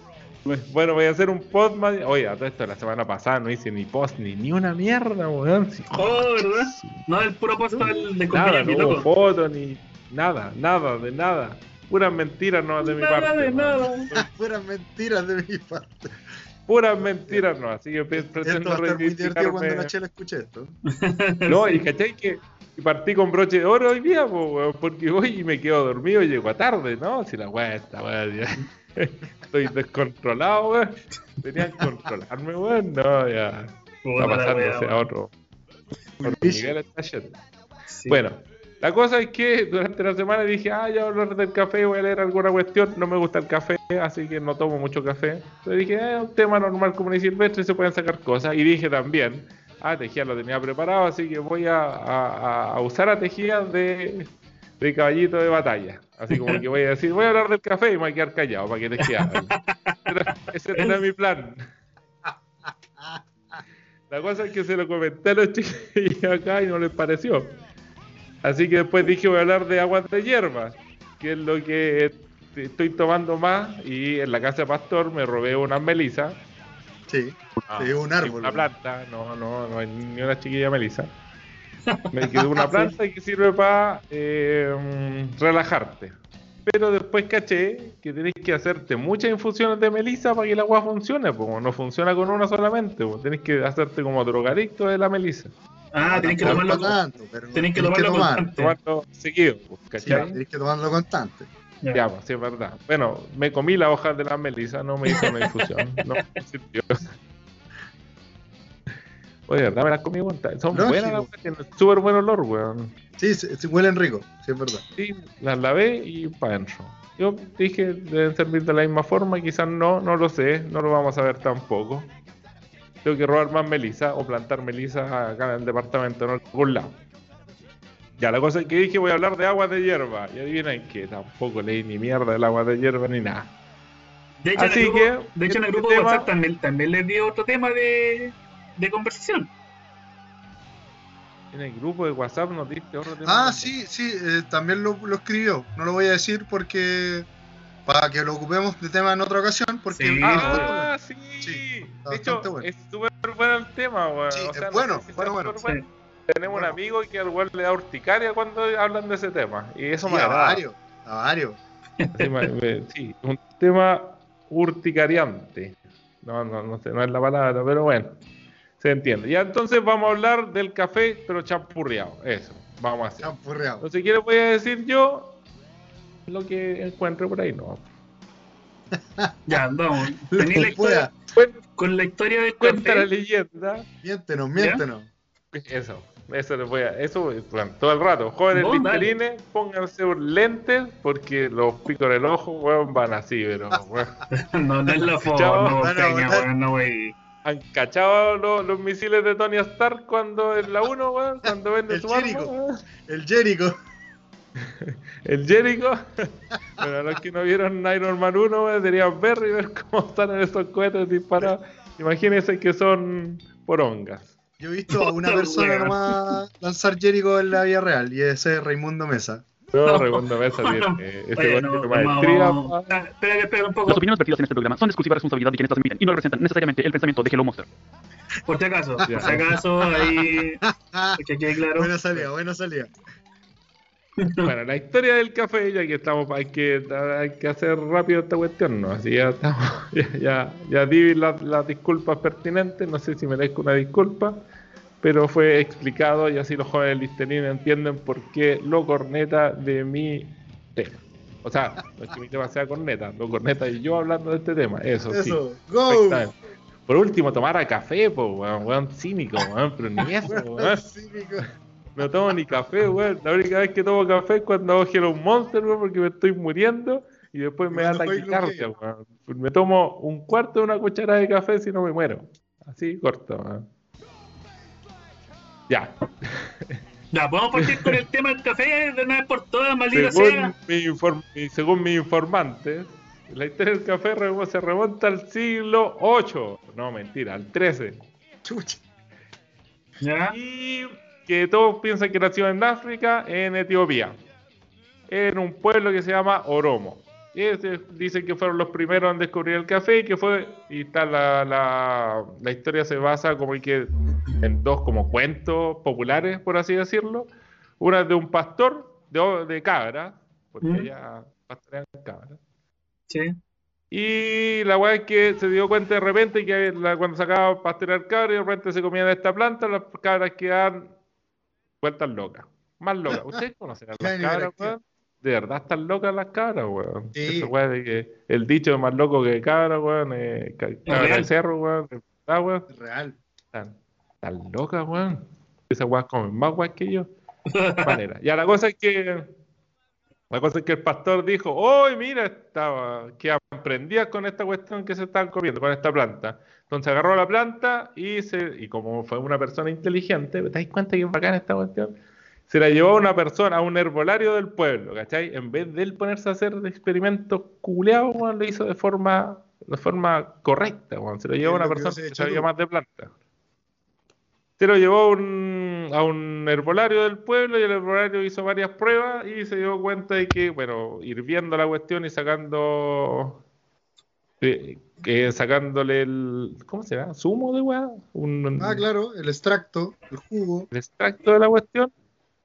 Bueno, voy a hacer un post más. Oye, a todo esto la semana pasada no hice ni post ni, ni una mierda, weón. Sí. Oh, ¿verdad? No, el puro post del de Nada, cumpleaños, no hubo loco. fotos ni nada, nada, de nada. Puras mentiras no de mi Nada parte. de weón. nada. Puras mentiras de mi parte. Puras mentiras no, así que pre- Esto pretendo va a estar muy divertido cuando la reivindicarme. chela escuche esto. No, y cachai que y partí con broche de oro hoy día, po, weón, porque voy y me quedo dormido y llego a tarde, ¿no? Si la weá está, weón, ya. Estoy descontrolado, weón. Tenían que controlarme, weón. No, ya. Puta Está la pasándose wea, a otro, otro Buenísimo. nivel esta shit. Sí. Bueno, la cosa es que durante la semana dije, ah, ya voy a hablar del café, voy a leer alguna cuestión. No me gusta el café, así que no tomo mucho café. Entonces dije, eh, un tema normal común y silvestre, se pueden sacar cosas. Y dije también, ah, Tejía lo tenía preparado, así que voy a, a- a usar a Tejía de, de caballito de batalla. Así como que voy a decir, voy a hablar del café y me voy a quedar callado para que Tejía hable. Pero ese era mi plan. La cosa es que se lo comenté a los chiquillos acá y no les pareció. Así que después dije voy a hablar de aguas de hierba, que es lo que estoy tomando más. Y en la casa de Pastor me robé unas melisas. Sí, Ah, sí, un árbol. Una planta, no, no, no hay ni una chiquilla melisa. Me quedó una planta que sirve para eh, relajarte. Pero después caché que tenés que hacerte muchas infusiones de melisa para que el agua funcione, pues no funciona con una solamente, pues tenés que hacerte como drogadicto de la melisa. Ah, tenés que tampoco tomarlo, tanto, pero tenés que tenés tomarlo tomar. constante. Tomarlo seguido, pues, Sí, ¿cachai? tenés que tomarlo constante. Ya. Ya, pues sí, es verdad. Bueno, me comí las hojas de la melisa, no me hice una infusión, no me sirvió. Oye, verdad, me las comí, weón. Son Lógico. buenas las weas, tienen súper buen olor, weón. Sí, sí, sí, huelen rico, sí, es verdad. Sí, las lavé y para adentro. Yo dije, deben servir de la misma forma, quizás no, no lo sé, no lo vamos a ver tampoco. Tengo que robar más melisa o plantar melisa acá en el departamento, no en algún lado. Ya, la cosa es que dije, voy a hablar de aguas de hierba. Y adivinen que tampoco leí ni mierda del agua de hierba ni nada. De hecho, Así en el grupo, que, de, hecho, en el este grupo de tema- WhatsApp también, también les dio otro tema de, de conversación. En el grupo de WhatsApp nos diste otro tema. Ah, sí, sí, eh, también lo, lo escribió. No lo voy a decir porque. Para que lo ocupemos de tema en otra ocasión. Porque Sí. Ah, sí. Sí, está De hecho, bastante bueno. es súper bueno el tema, weón. Sí, O es sea, no bueno, sé si bueno, sea bueno. súper Sí. Tenemos Bueno. un amigo que al weón le da urticaria cuando hablan de ese tema. Y eso Sí, me a agrada. varios, a varios. Así me- me- sí, un tema urticariante. No, no, no sé, no es la palabra, pero bueno, se entiende. Ya entonces vamos a hablar del café, pero champurreado. Eso, vamos a hacer. Champurreado. Entonces, si quieres voy a decir yo lo que encuentre por ahí, no. Ya, vamos. Lo Tení la que pueda. historia, Cuen- con la historia del Cuenta la café. leyenda. Miéntenos, miéntenos. Eso, eso les voy a. Eso, bueno, todo el rato. Jóvenes Vos, dale. listerines, pónganse un lentes porque los picos en el ojo, weón, van así, pero, weón. No, no es la foto, Chao. no, Van a caña, volar. weón, no, wey. ¿Han cachado los, los misiles de Tony Stark cuando en la uno, weón? Cuando vende El su arma, Jericho. weón? El Jericho. El Jericho. Pero los que no vieron Iron Man uno, weón, deberían ver y ver cómo están en esos cohetes disparados. Imagínense que son porongas. Yo he visto a una Puta persona wea. nomás lanzar Jericho en la vida real. Y ese es Raimundo Mesa. No, Raimundo Mesa tiene ese Oye, weón no, tiene vamos, maestría. vamos. pa- Ah, Espera, que espera un poco. Las opiniones vertidas en este programa son de exclusiva responsabilidad de quienes las emiten y no representan necesariamente el pensamiento de Hello Monster. Por si acaso, Ya. por si acaso, ahí. Que quede claro. Buena salida, buena salida. Bueno, la historia del café, ya que estamos, hay que, hay que hacer rápido esta cuestión, ¿no? Así ya estamos, ya, ya, ya di las, las disculpas pertinentes, no sé si merezco una disculpa, pero fue explicado y así los jóvenes listerines entienden por qué lo corneta de mi tema. O sea, no es que mi tema sea corneta, lo corneta y yo hablando de este tema, eso, sí. Eso, go. Perfectamente. Por último, tomar a café, pues, weón, weón, cínico, weón, pero ni eso, weón. Cínico. No tomo ni café, weón. La única vez que tomo café es cuando hago Hello Monster, weón, porque me estoy muriendo y después me da Cuando estoy taquicardia, weón. Me tomo un cuarto de una cucharada de café si no me muero. Así, corto, weón. Ya. Ya, podemos partir con el tema del café de una vez por todas, maldita Según, sea. mi inform- y según mis informantes, la historia del café re- se remonta al siglo ocho. No, mentira, al trece. Chucha. Ya. Y que todos piensan que nació en África, en Etiopía, en un pueblo que se llama Oromo. Y ese- dicen que fueron los primeros en descubrir el café y que fue, y está la, la, la historia se basa como que en dos como cuentos populares, por así decirlo. Una es de un pastor de, de cabra, porque ¿Mm? allá pastorean cabras. Sí. Y la weá es que se dio cuenta de repente que la- cuando sacaba a pastorear cabras y de repente se comían esta planta, las cabras quedaban vueltas locas. Más locas. ¿Ustedes conocen a Ya, las ni cabras, verás qué. weón? De verdad están locas las cabras, weón. Sí. Esa weá de que el dicho de más loco que cabra, weón, eh, ca- cabra de real. cerro, weón, de verdad, weón. Real. Están, están locas, weón. Esas weas comen más weas que yo. Manera. Ya la cosa es que la cosa es que el pastor dijo, ¡oh, mira! Estaba que aprendías con esta cuestión que se estaban comiendo, con esta planta. Entonces agarró la planta y se y como fue una persona inteligente, ¿te das cuenta que es bacana esta cuestión? Se la llevó a una persona, a un herbolario del pueblo, ¿cachai? En vez de él ponerse a hacer experimentos culeados, weón, lo hizo de forma, de forma correcta, weón. Se lo llevó a una Es lo que persona hubiese que hecho sabía tú. más de plantas. Se lo llevó a un, a un herbolario del pueblo y el herbolario hizo varias pruebas y se dio cuenta de que, bueno, hirviendo la cuestión y sacando, eh, que sacándole el, ¿cómo se llama? ¿Zumo de weá? Un, Ah, claro, el extracto, el jugo. el extracto de la cuestión.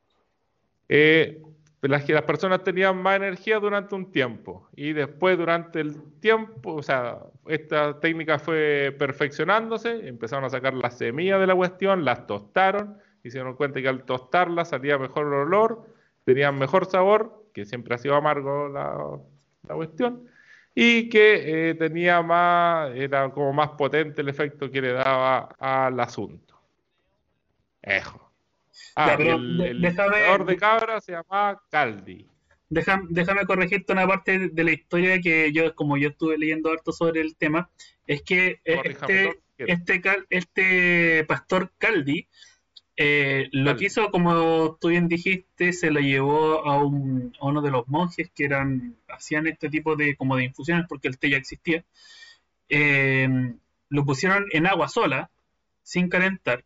Eh, las, que las personas tenían más energía durante un tiempo y después durante el tiempo, o sea, esta técnica fue perfeccionándose, empezaron a sacar las semillas de la cuestión, las tostaron y se dieron cuenta que al tostarlas salía mejor el olor, tenían mejor sabor, que siempre ha sido amargo la, la cuestión, y que eh, tenía más, era como más potente el efecto que le daba al asunto. Ejo. Ya, Ah, y pero el, de- el déjame, limpiador de cabra se llamaba Caldi. déjame, déjame corregirte una parte de la historia que yo, como yo estuve leyendo harto sobre el tema, es que eh, Corríjame todo lo este, que quieras. este, cal- este pastor Caldi, eh, lo Caldi. que hizo, como tú bien dijiste, se lo llevó a, un, a uno de los monjes que eran hacían este tipo de como de infusiones porque el té ya existía. Eh, lo pusieron en agua sola, sin calentar,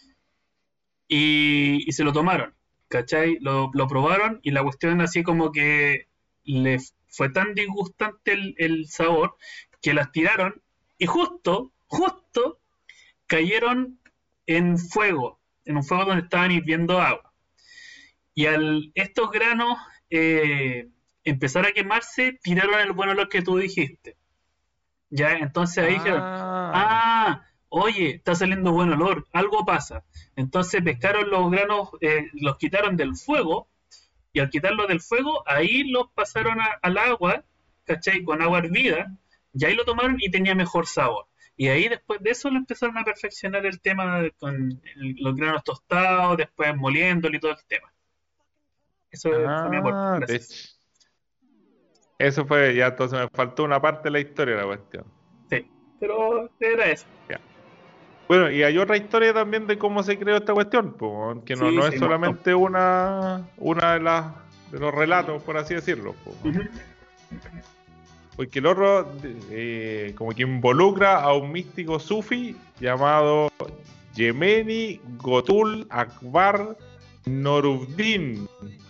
y, y se lo tomaron, ¿cachai? Lo, lo probaron y la cuestión así como que le fue tan disgustante el, el sabor que las tiraron y justo, justo cayeron en fuego, en un fuego donde estaban hirviendo agua. Y al estos granos eh, empezar a quemarse, tiraron el buen olor que tú dijiste. Ya, entonces ahí dijeron, Ah, ah, oye, está saliendo buen olor, algo pasa. Entonces pescaron los granos, eh, los quitaron del fuego, y al quitarlos del fuego, ahí los pasaron a- al agua, ¿cachai? Con agua hervida, y ahí lo tomaron y tenía mejor sabor. Y ahí después de eso lo empezaron a perfeccionar el tema de- con el- los granos tostados, después moliéndolo y todo el tema. Eso fue mi aporte, ah, de gracias. hecho. Eso fue, ya entonces me faltó una parte de la historia de la cuestión. Sí, pero era eso. Ya. Bueno, y hay otra historia también de cómo se creó esta cuestión, po, que no, Sí, no sí, es un solamente una, una de las de los relatos, por así decirlo, po. Ujú. Porque el otro eh, como que involucra a un místico sufi llamado Yemeni Gotul Akbar Noruddin.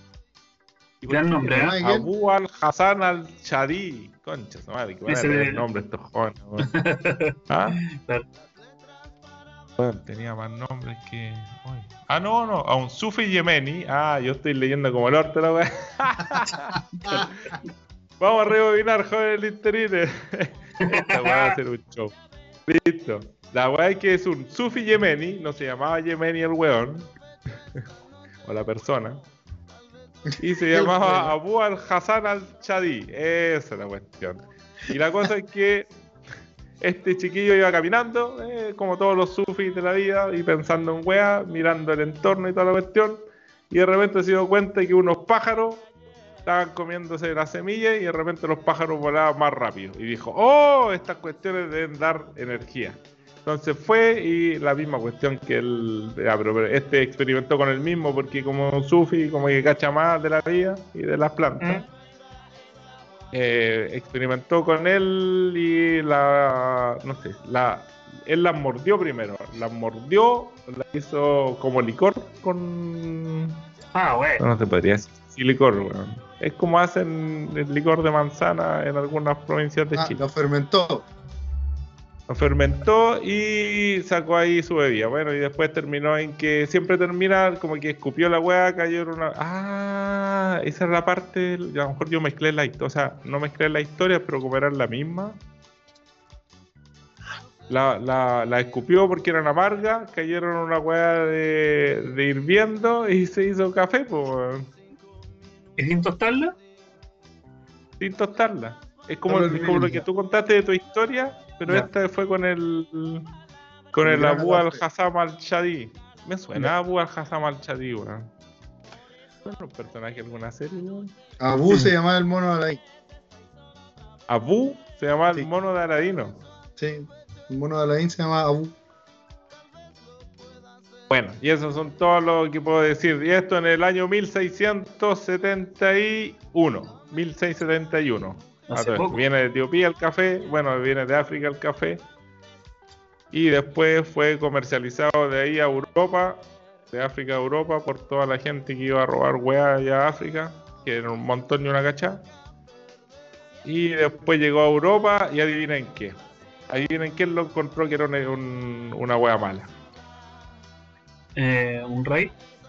¿Y por Gran qué nombre, tiene ¿eh? Abu al-Hassan al-Shadi. Concha, su madre, que van a Ese tener de- nombre estos jóvenes, weón. ¿Ah? Claro. Bueno, tenía más nombres que. Uy. Ah, no, no, a un sufi yemeni. Ah, yo estoy leyendo como el orto la weá. Vamos a rebobinar, joven Listerine. Esta weá va a ser un show. Listo. La weá es que es un sufi yemeni, no se llamaba yemeni el weón, o la persona, y se El llamaba weón. Abu al-Hassan al-Shadi. Esa es la cuestión. Y la cosa es que este chiquillo iba caminando, eh, como todos los sufis de la vida, y pensando en weá, mirando el entorno y toda la cuestión, y de repente se dio cuenta de que unos pájaros estaban comiéndose las semillas y de repente los pájaros volaban más rápido. Y dijo, oh, estas cuestiones deben dar energía. Entonces fue y la misma cuestión que él, ah, pero, pero este experimentó con él mismo porque como sufi, como que cacha más de la vida y de las plantas. ¿Mm? Eh, experimentó con él y la, no sé, la, él las mordió primero, las mordió, la hizo como licor con, Ah, bueno. no, no te podría decir y licor, weón. Es como hacen el licor de manzana en algunas provincias de Ah, Chile. lo fermentó. Lo fermentó y sacó ahí su bebida. Bueno, y después terminó en que siempre termina como que escupió la weá, cayó en una... Ah, esa es la parte... A lo mejor yo mezclé la historia, o sea, no mezclé la historia, pero como eran la misma. La, la, la escupió porque eran amargas, cayeron en una weá de, de hirviendo y se hizo café, pues, ¿Y sin tostarla? sin tostarla. Es como, Solo es como lo hirviendo. que tú contaste de tu historia, pero Ya. esta fue con el con El el gran Abu Agape. al-Hassam al-Shadi. Me suena Ya. Abu al-Hassam al-Shadi, weón. ¿Suena un personaje de alguna serie, weón? Abu se llamaba el mono de ahí. Abu se llama el Sí. mono de Aladino. Sí, el mono de Aladdin se llama Abu. Bueno, y eso son todo lo que puedo decir. Y esto en el año mil seiscientos setenta y uno. mil seiscientos setenta y uno. A Hace todo esto. poco. Viene de Etiopía el café, bueno, viene de África el café. Y después fue comercializado de ahí a Europa, de África a Europa, por toda la gente que iba a robar weá allá a África, que era un montón y una cachá. Y después llegó a Europa y adivinen qué. Adivinen quién lo encontró que era una, un- una weá mala. Eh, ¿Un rey?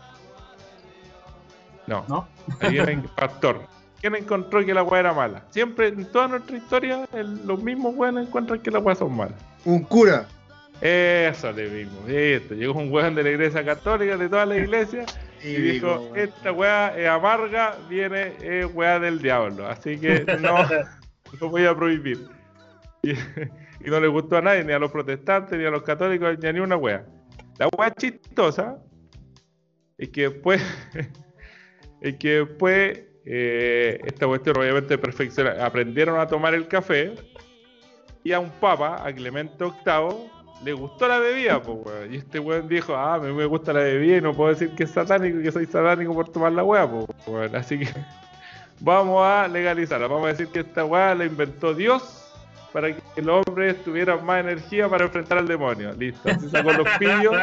No. ¿No? Adivinen, pastor. ¿Quién encontró que la weá era mala? Siempre en toda nuestra historia, el- los mismos weones encuentran que las weas son malas. Un cura. Eso le mismo. Esto. Llegó un weón de la iglesia católica, de toda la iglesia, y dijo: weón. esta weá es amarga, viene es weá del diablo. Así que no, no voy a prohibir. Y, y no le gustó a nadie, ni a los protestantes, ni a los católicos, ni a ni una weá. La weá chistosa es que después, es que después eh, esta cuestión obviamente perfecciona, aprendieron a tomar el café, y a un papa, a Clemente octavo, le gustó la bebida, pues, weón. Y este weón dijo: ah, a mí me gusta la bebida y no puedo decir que es satánico, que soy satánico por tomar la weá, pues, weón. Así que vamos a legalizarla. Vamos a decir que esta weá la inventó Dios para que los hombres tuvieran más energía para enfrentar al demonio. Listo. Así sacó los pillos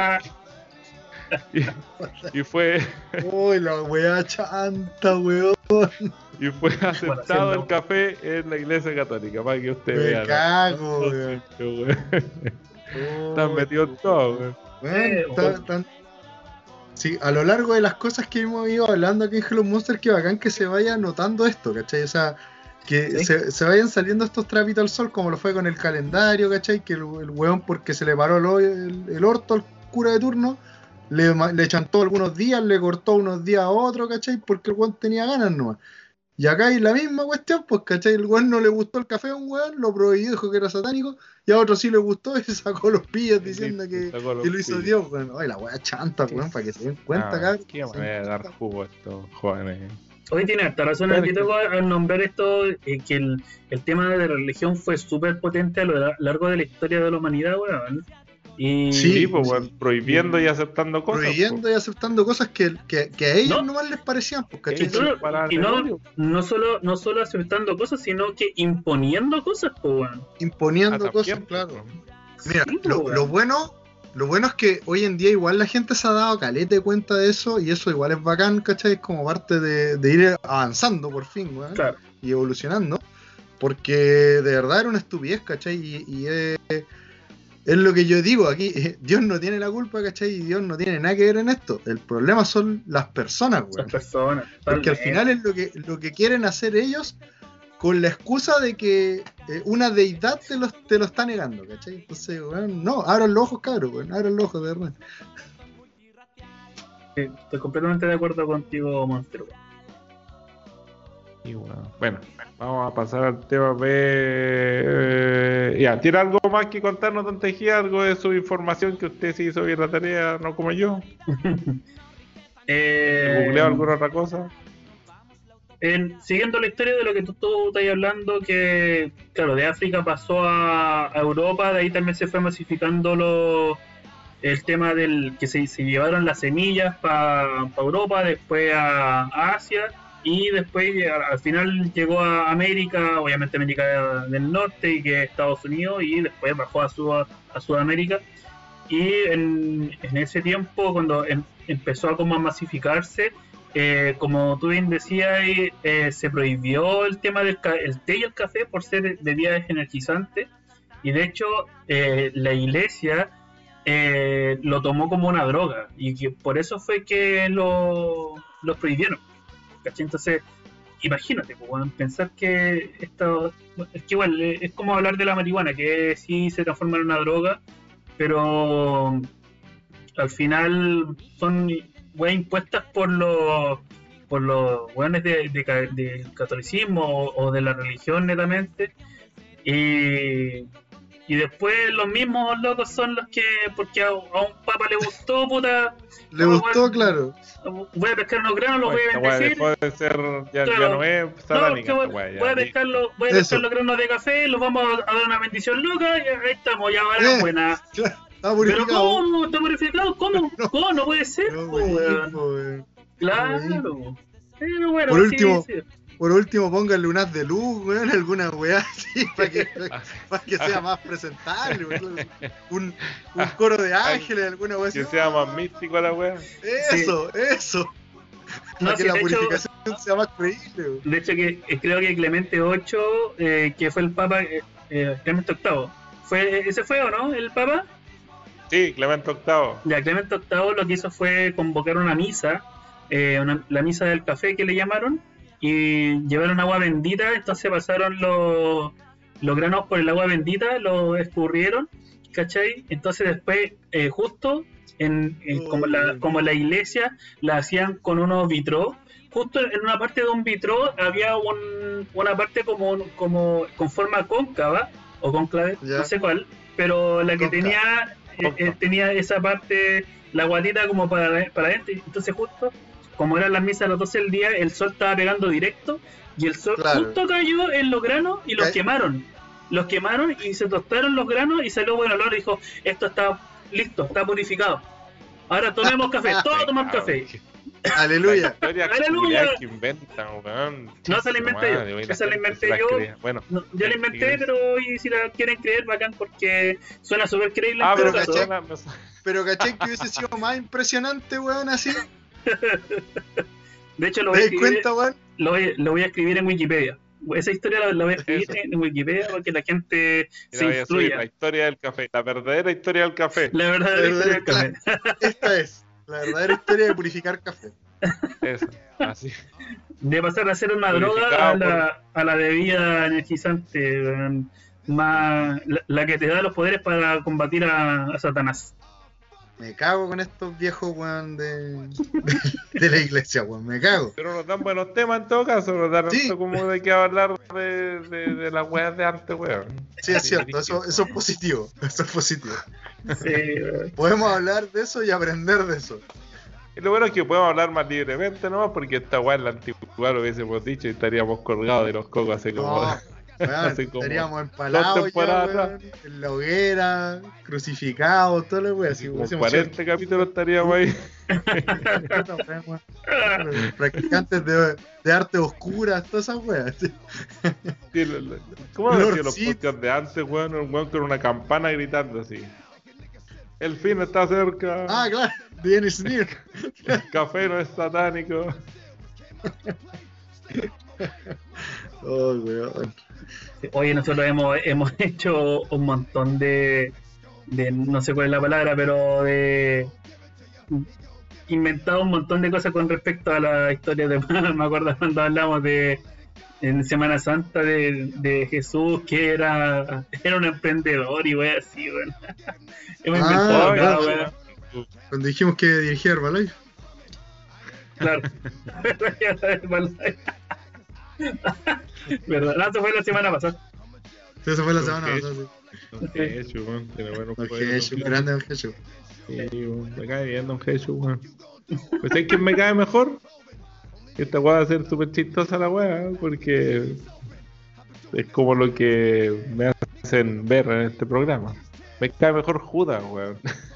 y, y fue Uy, la weá chanta, weón. y fue aceptado haciendo- el café en la iglesia católica, para que usted Me vea, ¿no? cago, weón. Están Uy, metidos todos, weón. weón, Eh, tan- tan- Sí, a lo largo de las cosas que hemos ido hablando aquí en Hello Monster, que bacán que se vaya notando esto, ¿cachai? O sea, que Sí. se, se vayan saliendo estos trapitos al sol, como lo fue con el calendario, ¿cachai? Que el, el weón, porque se le paró el, hoyo- el, el orto al cura de turno, le, ma- le chantó algunos días, le cortó unos días a otro, ¿cachai? Porque el weón tenía ganas nomás. Y acá hay la misma cuestión, pues, ¿cachai? El weón no le gustó el café a un weón, lo prohibió, dijo que era satánico, y a otro sí le gustó y sacó los pillos diciendo que, Sacó los que lo hizo pillos. Dios, weón. Ay, la weá chanta, weón, para que se den cuenta, Ah, cabrón. qué manera de dar jugo a estos jóvenes. Hoy tiene harta razón el Tito al nombrar esto, eh, que el, el tema de la religión fue súper potente a lo la- largo de la historia de la humanidad, weón. Y Sí, Sí, pues, sí. weón, prohibiendo y aceptando cosas. Prohibiendo y aceptando cosas que, que, que a ellos No. nomás les parecían, pues, pues. ¿cachai? Y no- Para y el no- odio. no solo no solo aceptando cosas, sino que imponiendo cosas, pues, weón. Imponiendo Ah, cosas, también, claro. pues, Mira, Sí, lo, weón. lo bueno, lo bueno es que hoy en día igual la gente se ha dado caleta de cuenta de eso, y eso igual es bacán, ¿cachai? Es como parte de, de ir avanzando por fin, weón, Claro. y evolucionando, porque de verdad era una estupidez, ¿cachai? Y, y es, es lo que yo digo aquí, eh, Dios no tiene la culpa, ¿cachai? Y Dios no tiene nada que ver en esto. El problema son las personas, weón. Las personas. Porque al Totalmente. final es lo que, lo que quieren hacer ellos con la excusa de que eh, una deidad te lo, te lo está negando, ¿cachai? Entonces, weón, no, abran los ojos, cabros, weón, abran los ojos, de verdad. Sí, estoy completamente de acuerdo contigo, Monster, weón. Y bueno, bueno, vamos a pasar al tema B. Eh, ya, ¿tiene algo más que contarnos, don Tejía? ¿Algo de su información que usted sí hizo bien la tarea, no como yo? Eh, ¿Googleó alguna otra cosa? en- siguiendo la historia de lo que tú, tú estás hablando, que claro, de África pasó a, a Europa, de ahí también se fue masificando lo, el tema del que se, se llevaron las semillas para Europa, después a, a Asia, y después a- al final llegó a América, obviamente América del Norte y que Estados Unidos, y después bajó a, Sud- a Sudamérica. Y en, en ese tiempo, cuando em- empezó a como a masificarse, eh, como tú bien decías, eh, se prohibió el tema del ca- el té y el café por ser bebidas energizantes, y de hecho eh, la iglesia eh, lo tomó como una droga, y que por eso fue que lo, los prohibieron, ¿cachai? Entonces, imagínate, pues, weón, pensar que esto, es que igual, eh, es como hablar de la marihuana, que sí se transforma en una droga, pero al final son weas impuestas por los por los weones de, de, ca- del catolicismo o, o de la religión netamente, y, y después los mismos locos son los que, porque a, a un papa le gustó, puta, Le oh, gustó, weón, claro. voy a pescar unos granos, los voy Esta a weá bendecir. dejó de ser, ya, ya Claro. no es No, satánica que voy, esta weá, ya, voy a listo. pescar los, voy a Eso. pescar los granos de café, los vamos a dar una bendición loca y ahí estamos, ya va Eh. la buena. Claro, está Pero purificado. ¿cómo? ¿Está purificado? ¿Cómo? No. ¿Cómo? No puede ser, No, po, weón, weón. weón. Claro. Pero bueno, Por sí, último, sí. Por último, pónganle un haz de luz, weón, alguna weá así, para que, para que sea más presentable, weón. Un, un coro de ángeles, alguna weá así. Que sea más místico la weá. Eso, eso. No, Para que sí, la de hecho, purificación sea más creíble, weón. de hecho que eh, creo que Clemente ocho, eh, que fue el Papa, eh, eh, Clemente octavo, ¿fue, ¿ese fue o no? ¿El Papa? Sí, Clemente octavo. Ya, Clemente octavo lo que hizo fue convocar una misa, eh, una- la misa del café que le llamaron, y llevaron agua bendita, entonces pasaron los, los granos por el agua bendita, los escurrieron, ¿cachai? Entonces después, eh, justo en, en- como, la, como la iglesia la hacían con unos vitrós, justo en una parte de un vitró había un, una parte como, como con forma cóncava, o cónclave, Ya. no sé cuál, pero la que Cóncava. tenía eh, eh, tenía esa parte, la guatita como para, para adentro, entonces justo como eran las misas a las doce del día, el sol estaba pegando directo y el sol Claro. justo cayó en los granos y los Ca- quemaron. Los quemaron y se tostaron los granos y salió buen olor y dijo, esto está listo, está purificado. Ahora tomemos café, todos tomamos café. Aleluya. Historia ¡Aleluya! que inventan, weón. No, esa la inventé yo. Madre, weón, Esa la gente inventé se las yo. crea. Bueno, No, yo la inventé, pero hoy si la quieren creer, bacán, porque suena súper creíble. ah, en pero todo pero caso. suena- me suena- Pero caché que hubiese sido más impresionante, weón, así. De hecho, lo ¿Te voy, a das escribir, cuenta, weón? lo, voy, lo voy a escribir en Wikipedia. Esa historia la, la voy a escribir Eso. en Wikipedia para que la gente Mira, se voy a subir la instruya. historia del café, la verdadera historia del café. La verdadera La historia del verdadera- café. Esta es la verdadera historia de purificar café. Eso, así. De pasar a ser una Purificado droga a la, a la bebida energizante, weón, más la, la que te da los poderes para combatir a, a Satanás. Me cago con estos viejos, weón, de, de, de la iglesia, weón. Me cago. Pero nos dan buenos temas en todo caso, nos dan Sí. harto como de qué hablar de, de, de las weas de arte, weón. Sí, es cierto. Eso, eso es positivo. Eso es positivo. Sí, weón. Podemos hablar de eso y aprender de eso. Y lo bueno es que podemos hablar más libremente, ¿no? Porque esta wea en la antigüedad lo hubiésemos dicho y estaríamos colgados de los cocos hace como... No, weón, Hace como estaríamos dos empalados ya, temporadas weón, en la hoguera, crucificados, todo lo weón. Así, como hubiésemos cuarenta capítulos estaríamos ahí. sido- weón, practicantes de, de arte oscura, todas esas weas. Sí. Sí, lo- lo- ¿Cómo han Lord sido los Sid. podcasts de antes, weón? Un weón con una campana gritando así. El fin está cerca. Ah, claro, bien Sneer. El café no es satánico. Oh, weón. Oye, nosotros hemos, hemos hecho un montón de, de, no sé cuál es la palabra, pero de inventado un montón de cosas con respecto a la historia de me acuerdo cuando hablamos de en Semana Santa de, de Jesús, que era, era un emprendedor y wey así, weón. Hemos Ah, inventado cada claro. weón. Cuando dijimos que dirigía Herbalife. Claro. ¿Verdad? No, eso fue la semana pasada. Sí, eso fue la Don semana Jesús. pasada. Sí. Don Jesús, weón. Tiene buenos Don poderes, Jesús, don grande Don Jesús. Sí, weón, me cae bien Don Jesús, weón. Pues ¿sabes quién me cae mejor? Esta weá va a ser súper chistosa la weá, porque es como lo que me hacen ver en este programa. Me cae mejor Judas, weón.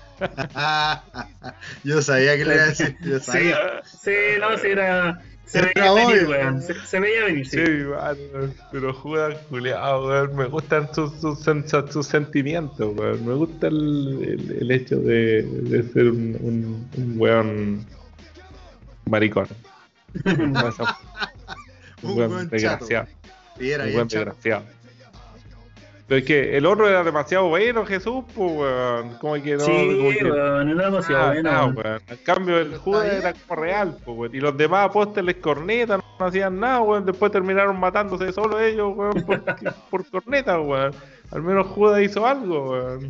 Yo sabía que le iba a decir. Yo Sí, sabía. sí, no, sí, era. Se Era veía venir, obvio. weón. Se, se veía venir, sí. Sí, mano, pero Judas, culiao, weón. Me gustan sus, sus, sen- sus sentimientos, weón. Me gusta el, el, el hecho de, de ser un, un, un weón maricón. No, esa- Un un buen buen desgraciado. chato. Y era Un ahí buen el chato. desgraciado. Pero es que el otro era demasiado bueno, Jesús, pues, weón. Como que no. Sí, como que, weón, era demasiado ah, bueno, no, weón. weón. En cambio, el Judas era como real, pues, weón. Y los demás apóstoles cornetas, no hacían nada, weón. Después terminaron matándose solo ellos, weón, por, por corneta, weón. Al menos Judas hizo algo, weón.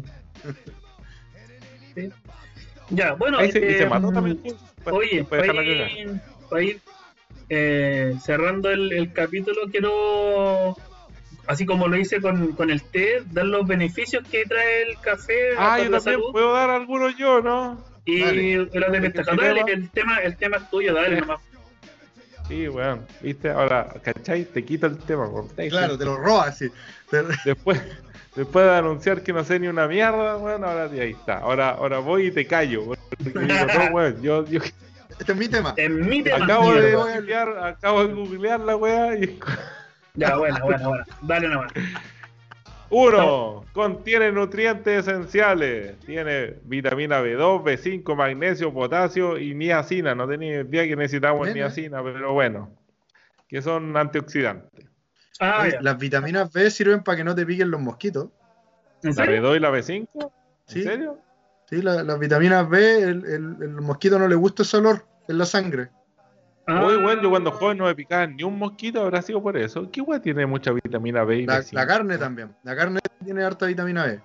Sí. Ya, bueno, Ahí se, y se eh, mató también. Pues, oye, después de para dejarla cagar. ir, para ir eh, cerrando el, el capítulo, quiero, así como lo hice con, con el té, dar los beneficios que trae el café Ah, para yo la también salud. puedo dar algunos yo, ¿no? Y Dale. los de ventaja. ¿El Dale, tema? el tema, el tema es tuyo, dale nomás. Sí, weón. ¿Viste? Ahora, ¿cachai? Te quita el tema, weón. Claro, te lo robas así. Te- Después, después de anunciar que no sé ni una mierda, weón, ahora sí, ahí está. Ahora, ahora voy y te callo, weón. Porque digo, no, weón, yo, yo Este es mi tema. En mi tema. acabo de mierda. googlear, acabo de googlear la weá y Ya, bueno, bueno, bueno. Dale nomás. uno, contiene nutrientes esenciales. Tiene vitamina B dos, B cinco, magnesio, potasio y niacina. No tenía idea que necesitamos Mira. niacina, pero bueno. Que son antioxidantes. Ah, Oye, ya. las vitaminas B sirven para que no te piquen los mosquitos. ¿En ¿La B serio? dos y la B cinco? ¿En Sí. serio? Sí, la- las vitaminas B, el, el, el mosquito no le gusta ese olor en la sangre. Ah, Hoy, bueno, yo cuando joven no me picaba ni un mosquito, habrá sido por eso. ¿Qué weá tiene mucha vitamina B y La, B cinco? la carne también. La carne tiene harta vitamina B.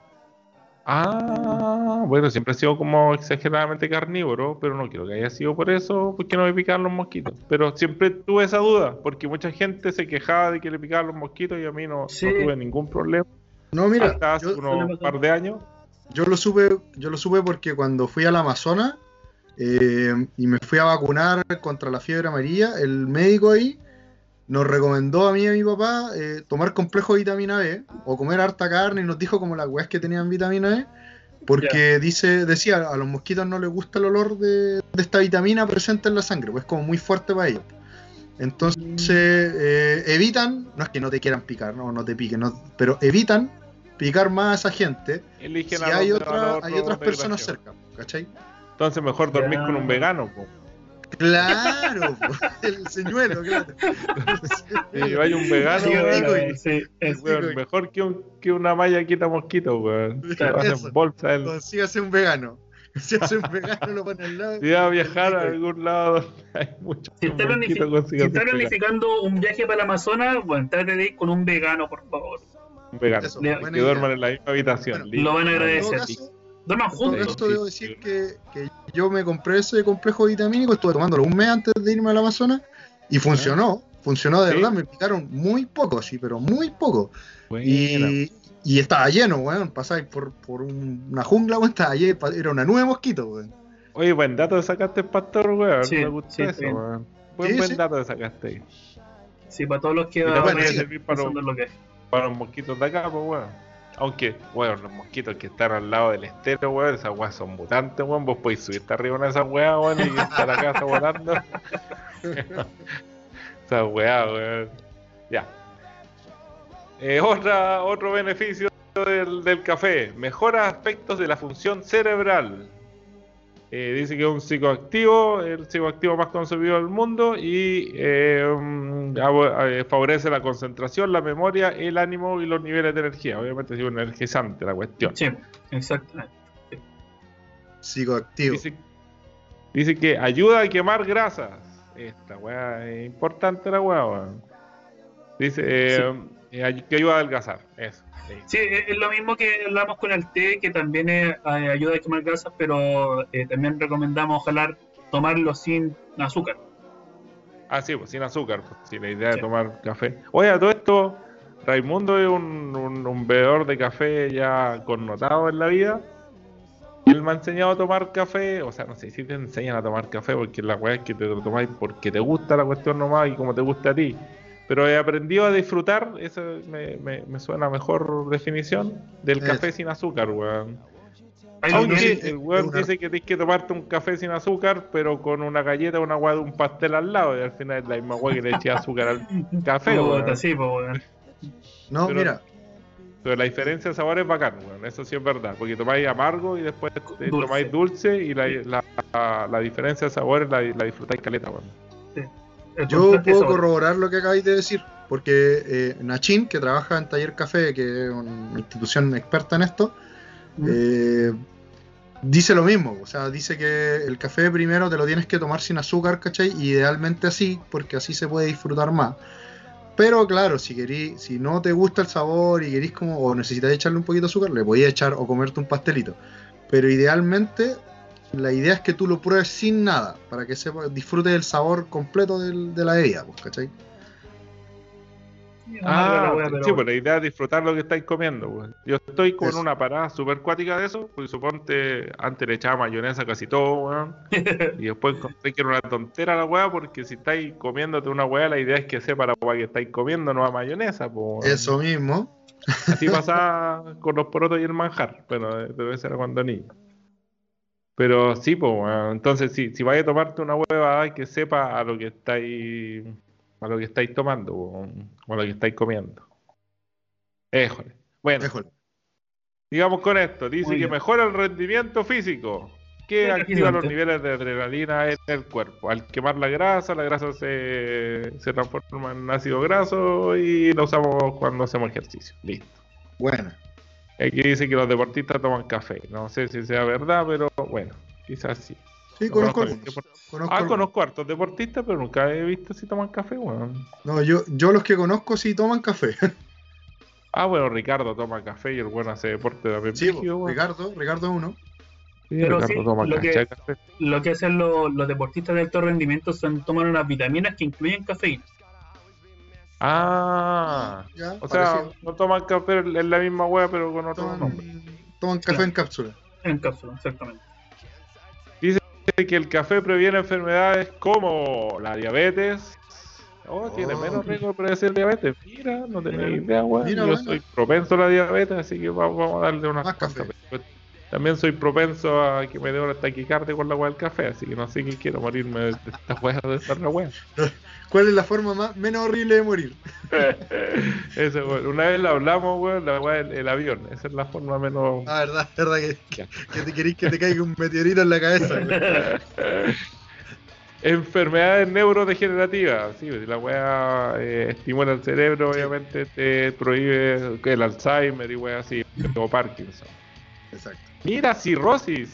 Ah, bueno, siempre he sido como exageradamente carnívoro, pero no quiero que haya sido por eso, porque no me picaban los mosquitos. Pero siempre tuve esa duda, porque mucha gente se quejaba de que le picaban los mosquitos y a mí no, Sí. no tuve ningún problema. No, mira, Hasta hace yo, unos par de años. yo lo supe, yo lo supe porque cuando fui al Amazonas eh, y me fui a vacunar contra la fiebre amarilla, el médico ahí nos recomendó a mí y a mi papá eh, tomar complejo de vitamina B o comer harta carne y nos dijo como las weas que tenían vitamina B, porque dice, decía, a los mosquitos no les gusta el olor de, de esta vitamina presente en la sangre, pues es como muy fuerte para ellos. Entonces eh, evitan, no es que no te quieran picar, no, no te piquen, no, pero evitan picar más a esa gente Eligen si a hay, los- a otra, los hay otros otras personas desgraciados. cerca, ¿cachai? Entonces mejor dormir Ya. con un vegano, po. Claro, po, el señuelo, claro. Y hay un vegano, Sí, weón, digo, y- sí, es- Sí, weón, güey. mejor que, un, que una malla quita mosquitos, weón. Se Claro, lo hacen eso. bolsa el, Consígase un vegano. Si hace un vegano, lo pone al lado. si va a viajar a algún lado donde hay muchos Si está, planifi- mosquitos, si consígase está un vegano. planificando un viaje para el Amazonas, bueno, trate de ir con un vegano, por favor. Un vegano. Eso, Le- buena Que idea. duerman en la misma habitación. Bueno, listo. lo van a En agradecer. todo caso, Duerman en todo juntos. caso, debo decir que, que yo me compré ese complejo vitamínico, estuve tomándolo un mes antes de irme al Amazonas y funcionó. Funcionó de ¿Sí? verdad, me picaron muy poco, sí, pero muy poco. Buena. Y, y estaba lleno, weón. Pasáis por, por un- una jungla, weón, estaba lleno, era una nube de mosquitos, weón. Oye, buen dato de sacaste, pastor, weón. Sí, me gusta sí, eso, sí. weón. Buen, Sí, buen sí. dato de sacaste ahí. Sí, para todos los que Y te van puede a ir servir para pensando en lo que es. Para los mosquitos de acá, pues, weón. Aunque, weón, los mosquitos que están al lado del estero, weón, esas weas son mutantes, weón. Vos podés subirte arriba de esas weas, weón, y estar a la casa volando. Esas weas, weón. Ya. Eh, otra, otro beneficio del, del café. Mejora aspectos de la función cerebral. Eh, dice que es un psicoactivo, el psicoactivo más consumido del mundo y eh, mm, abo- eh, favorece la concentración, la memoria, el ánimo y los niveles de energía. Obviamente es un energizante la cuestión. Sí, exactamente. Psicoactivo. Dice, dice que ayuda a quemar grasas. Esta weá es importante la weá, weón. Dice eh, eh, ay- que ayuda a adelgazar. Eso. Sí. Sí, es es lo mismo que hablamos con el té, que también es, eh, ayuda a quemar grasas, pero eh, también recomendamos ojalá tomarlo sin azúcar. Ah, sí, pues sin azúcar, pues, sin la idea Sí. de tomar café. Oye, a todo esto, Raimundo es un, un, un bebedor de café ya connotado en la vida. Él me ha enseñado a tomar café, o sea, no sé si te enseñan a tomar café, porque la weá es que te lo tomáis porque te gusta la cuestión nomás y como te gusta a ti. Pero he aprendido a disfrutar, esa me, me, me suena mejor definición, del Eso. café sin azúcar, weón. Ahí Aunque- lo Aunque tienen. el weón una- dice que tienes que tomarte un café sin azúcar, pero con una galleta o una weá de un pastel al lado, y al final es la misma weá que le eché azúcar al café, Puta, weón. sí, pues, weón. No, pero- mira, Pero la diferencia de sabor es bacán, weón. Eso sí es verdad. Porque tomáis amargo y después te Dulce. tomáis dulce y la, la, la, la diferencia de sabor la, la disfrutáis caleta, weón. el Yo contraste de puedo sabor. corroborar lo que acabáis de decir, porque eh, Nachin, que trabaja en Taller Café, que es una institución experta en esto, ¿Mm? eh, dice lo mismo. O sea, dice que el café primero te lo tienes que tomar sin azúcar, ¿cachai? Idealmente así, porque así se puede disfrutar más. Pero claro, si querís, si no te gusta el sabor y querís como, o necesitas echarle un poquito de azúcar, le podías echar o comerte un pastelito. Pero idealmente, la idea es que tú lo pruebes sin nada, para que sepa, disfrutes el sabor completo del, de la bebida, pues, ¿cachai? Sí, amarga la Ah, wea, sí, pero sí, bueno. pues la idea es disfrutar lo que estáis comiendo, weón. Yo estoy con Eso. una parada súper cuática de eso, pues suponte, antes le echaba mayonesa a casi todo, weón. Y después encontré que era una tontera la weá, porque si estáis comiéndote una weá, la idea es que sepa la weá que estáis comiendo, no a mayonesa, pues, weón. Eso mismo. Así pasaba con los porotos y el manjar, bueno, pero eso era cuando niño. Pero sí, pues, weón. Entonces, sí, si vais a tomarte una hueva, que sepa a lo que estáis, a lo que estáis tomando, weón, o a lo que estáis comiendo. Éjole. Bueno, Déjalo. digamos con esto, dice Muy que bien. mejora el rendimiento físico, que Es activa los refrescante. niveles de adrenalina en el cuerpo. Al quemar la grasa, la grasa se, se transforma en ácido graso y lo usamos cuando hacemos ejercicio. Listo. Buena. Aquí dice que los deportistas toman café. No sé si sea verdad, pero bueno, quizás sí. Sí, No conozco conozco algunos. ningún deport- Conozco Ah, algunos. conozco hartos deportistas, pero nunca he visto si toman café, weón. No, yo, yo los que conozco sí toman café. Ah, bueno, Ricardo toma café y el bueno hace deporte también. Sí, brígido, po, weón. Ricardo, Ricardo es uno. Sí, Pero Ricardo sí, toma lo cancha que- de café. Lo que hacen los, los deportistas de alto rendimiento son tomar unas vitaminas que incluyen cafeína. Ah, Ya, o sea, parecido. no toman café en la misma wea, pero con otro nombre. Toman, toman café Claro. en cápsula. En cápsula, exactamente. Dice que el café previene enfermedades como la diabetes. Oh, tiene Oh. menos riesgo de padecer diabetes. Mira, no tenía Mira. idea, weón. Mira, Yo bueno. soy propenso a la diabetes, así que vamos, vamos a darle unas Más cuantas. café. Pues, también soy propenso a que me dé una taquicardia con la weá del café, así que no sé qué quiero morirme de esta weá de esta otra weá. ¿Cuál es la forma más, menos horrible de morir? Eso, weón. Una vez la hablamos, weón, la weá del el avión. Esa es la forma menos. Ah, verdad, verdad que, que, que te querís que te caiga un meteorito en la cabeza. güey. Enfermedades neurodegenerativas, sí, la weá eh, estimula el cerebro, obviamente te prohíbe que el Alzheimer y weá así, o Parkinson. Exacto. Mira, cirrosis.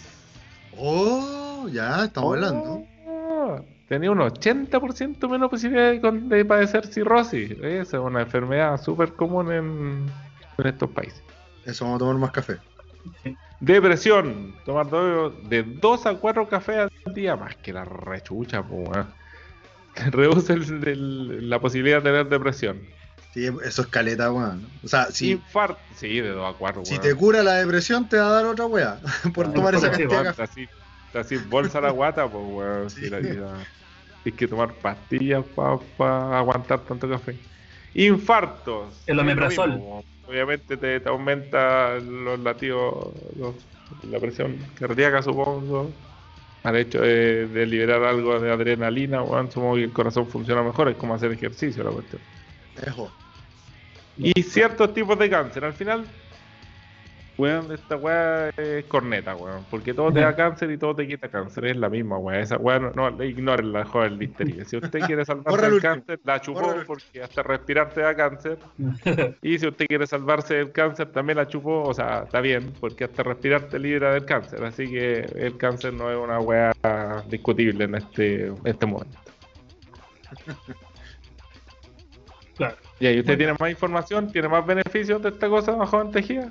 Oh, ya, estamos hablando. Oh, tenía un ochenta por ciento menos posibilidad de, con- de padecer cirrosis. Esa es una enfermedad súper común en, en estos países. Eso, vamos a tomar más café. Depresión, tomar do- de dos a cuatro cafés al día, más que la rechucha, po, weón. Reduce el- el- la posibilidad de tener depresión. Sí, eso es caleta, weón. O sea, si, Infarto, sí, de dos a cuatro, si weón. te cura la depresión, te va a dar otra weá. Por Ah, tomar esa sí, cantidad de Weón, café. Así, así bolsa la guata, pues, weón. Sí. Sí, la vida. Tienes que tomar pastillas para aguantar tanto café. Infartos. El es lo omeprazol. mismo, obviamente te, te aumenta los latidos, los- la presión cardíaca, supongo. Al hecho de, de liberar algo de adrenalina, weón, supongo que el corazón funciona mejor. Es como hacer ejercicio la cuestión. Ejo. Y ciertos tipos de cáncer. Al final, weón, esta weá es corneta, weón. Porque todo te da cáncer y todo te quita cáncer. Es la misma weá. Esa weá no, no ignoren la joven listeria. Si usted quiere salvarse Borra el del último. cáncer, la chupó Borra el último. porque hasta respirar te da cáncer. Y si usted quiere salvarse del cáncer, también la chupó. O sea, está bien, porque hasta respirar te libra del cáncer. Así que el cáncer no es una weá discutible en este, en este momento. Claro. Y ahí, ¿usted Bueno. tiene más información? ¿Tiene más beneficios de esta cosa, joven tejida?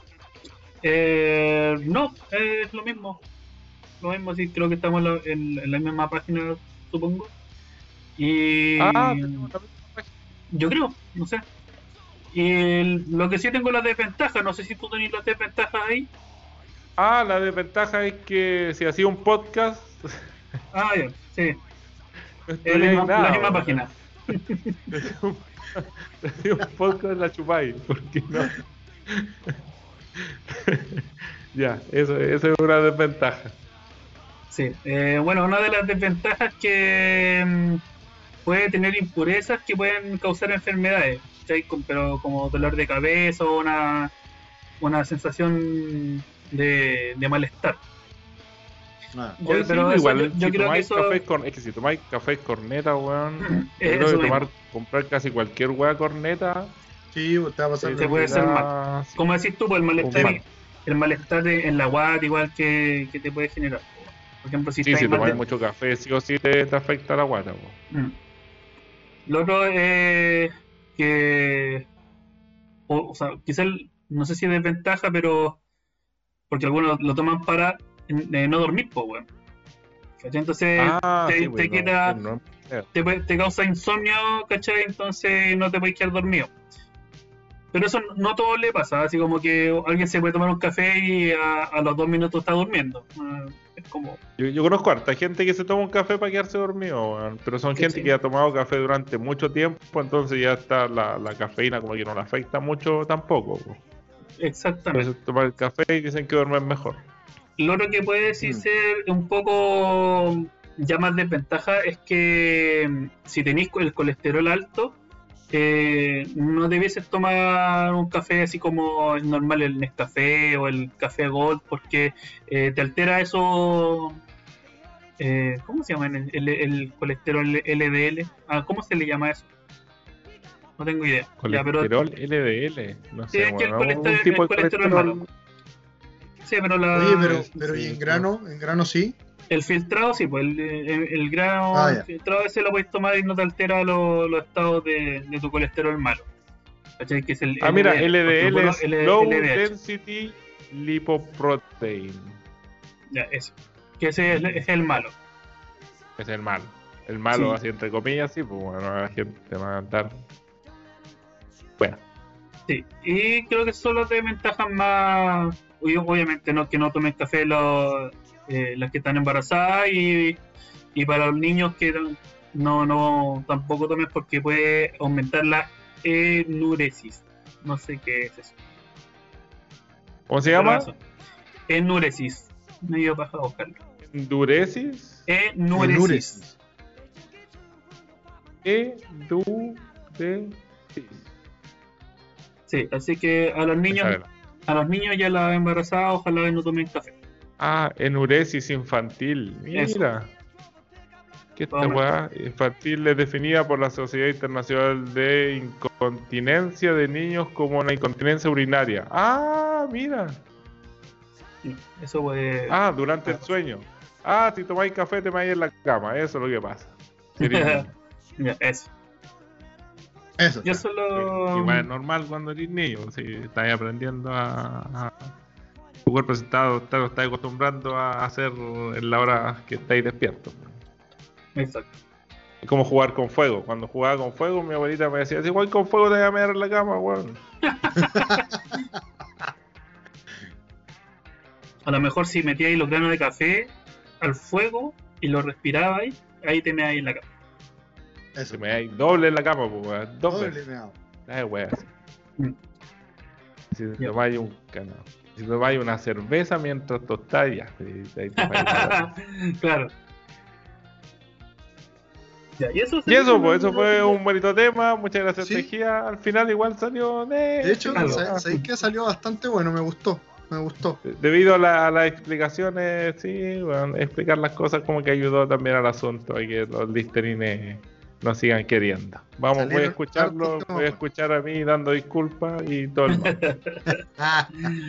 Eh, no, es lo mismo. Lo mismo, sí, creo que estamos en la, en- en la misma página, supongo. Y Ah, tenemos la misma página. yo creo, no sé. Y el- lo que sí tengo las desventajas, no sé si tú tenés las desventajas ahí. Ah, la desventaja es que si hacía un podcast, Ah, ya, sí, no es estaría la ahí misma, nada, la misma weón. página. Si hacía un podcast la chupáis, porque no. Ya, eso, eso es una desventaja. Sí, eh, bueno, una de las desventajas que mm, puede tener impurezas que pueden causar enfermedades, ¿cachai? Con- pero como dolor de cabeza o una, una sensación de, de malestar. Ah. Ya, Oye, sí, pero pues, eso igual, yo- yo si creo que tomáis eso- café con, es que si tomáis café corneta, weón, yo Eh, creo eso que tomar, mismo. comprar casi cualquier weá corneta, Sí, pues, te va a pasar Se- lo se puede mismo. hacer mal. ah, sí, Como decís tú, pues el malestar, mal. el malestar de- en la guata igual que, que te puede generar. Por ejemplo, si Sí, estáis si mal tomáis de- mucho café, sí o sí te, te afecta la guata, weón. Mm. Lo otro es que, o, o sea, quizás no sé si es desventaja, pero porque algunos lo toman para eh, no dormir, pues, weón. ¿Cachai? Entonces Ah, te, sí, te pues, no, quita, sí, no es- te, puede- te causa insomnio, ¿cachai? Entonces no te puedes quedar dormido. Pero eso no a todos le pasa, así como que alguien se puede tomar un café y a, a los dos minutos está durmiendo. Ah, es como, Yo, yo conozco a harta gente que se toma un café para quedarse dormido, weón, pero son Sí, gente sí. que ha tomado café durante mucho tiempo, entonces ya está la, la cafeína como que no le afecta mucho tampoco, weón. exactamente. Entonces tomar el café y dicen que duermen mejor. Lo otro que puede sí Mm. ser un poco ya más desventaja es que mm, si tenéis el colesterol alto, eh, no debieses tomar un café así como es normal el Nescafé o el café Gold, porque eh, te altera eso. Eh, ¿Cómo se llama el, el- el colesterol L D L? Ah, ¿cómo se le llama eso? No tengo idea. Ya, pero, Colesterol L D L, no Sí, sé, es que el bueno, colesterol- un tipo el de colesterol colesterol. malo. sí, pero la, Oye, pero, sí, pero sí, ¿y en sí. grano? ¿En grano sí? el filtrado, sí, pues el, el, el grano Ah, ya. filtrado ese lo puedes tomar y no te altera lo- los estados de, de tu colesterol malo. ¿Cachai? Que es el Ah, mira, L D L, L D L porque es el bueno, Low L D H. Density Lipoprotein. Ya, eso. Que ese es, es el malo. Es el malo. El malo, Sí. así entre comillas, sí, pues bueno, la gente va a andar. Bueno, Sí. Y creo que son las desventajas más. obvio- Obviamente, no que no tomen café los, eh, las que están embarazadas y, y para los niños que no, no tampoco tomen porque puede aumentar la enuresis. No sé qué es eso. ¿cómo se Pero llama? eso. Enuresis. Me dio paja a buscarlo. Endurecis. Enuresis. Endurecis. Sí, así que a los niños, Esa era. a los niños ya las embarazadas, ojalá no tomen café. Ah, enuresis infantil. Eso. Mira. Que esta Vamos. weá infantil es definida por la Sociedad Internacional de Incontinencia de Niños como una incontinencia urinaria. Ah, mira. Eso puede. Ah, durante el sueño. Ah, si tomáis café te vais en la cama. Eso es lo que pasa. Eres niño. Ya, eso. Eso. Yo solo. Igual es normal cuando eres niño. Si estás aprendiendo a, a- tu cuerpo se está, está, está acostumbrando a hacer en la hora que estáis despiertos. Exacto. Es como jugar con fuego. Cuando jugaba con fuego, mi abuelita me decía: si juegas con fuego te voy a meter en la cama, weón. A lo mejor si metíais los granos de café al fuego y lo respirabais, ahí te meáis en la cama. Eso. Si me dais doble en la cama, pues, weón. Dos Doble veces. meado. Ay, weón. Mm. Si Ya. tomáis un canal. Si tomáis una cerveza mientras tostáis, ya. y- ahí tomáis una- Claro. Ya, y eso, Y eso, pues, eso fue un bonito tema. Muchas gracias, Sí. Tejía. Al final, igual salió de. De hecho, Claro. ¿sabes sabéis que salió bastante bueno? Me gustó. Me gustó. Debido a, la- a las explicaciones, sí, bueno, explicar las cosas como que ayudó también al asunto y que los listerines nos sigan queriendo. Vamos, voy a Salieron escucharlo, hartos temas voy a escuchar a mí dando disculpas y todo el mundo. Ah,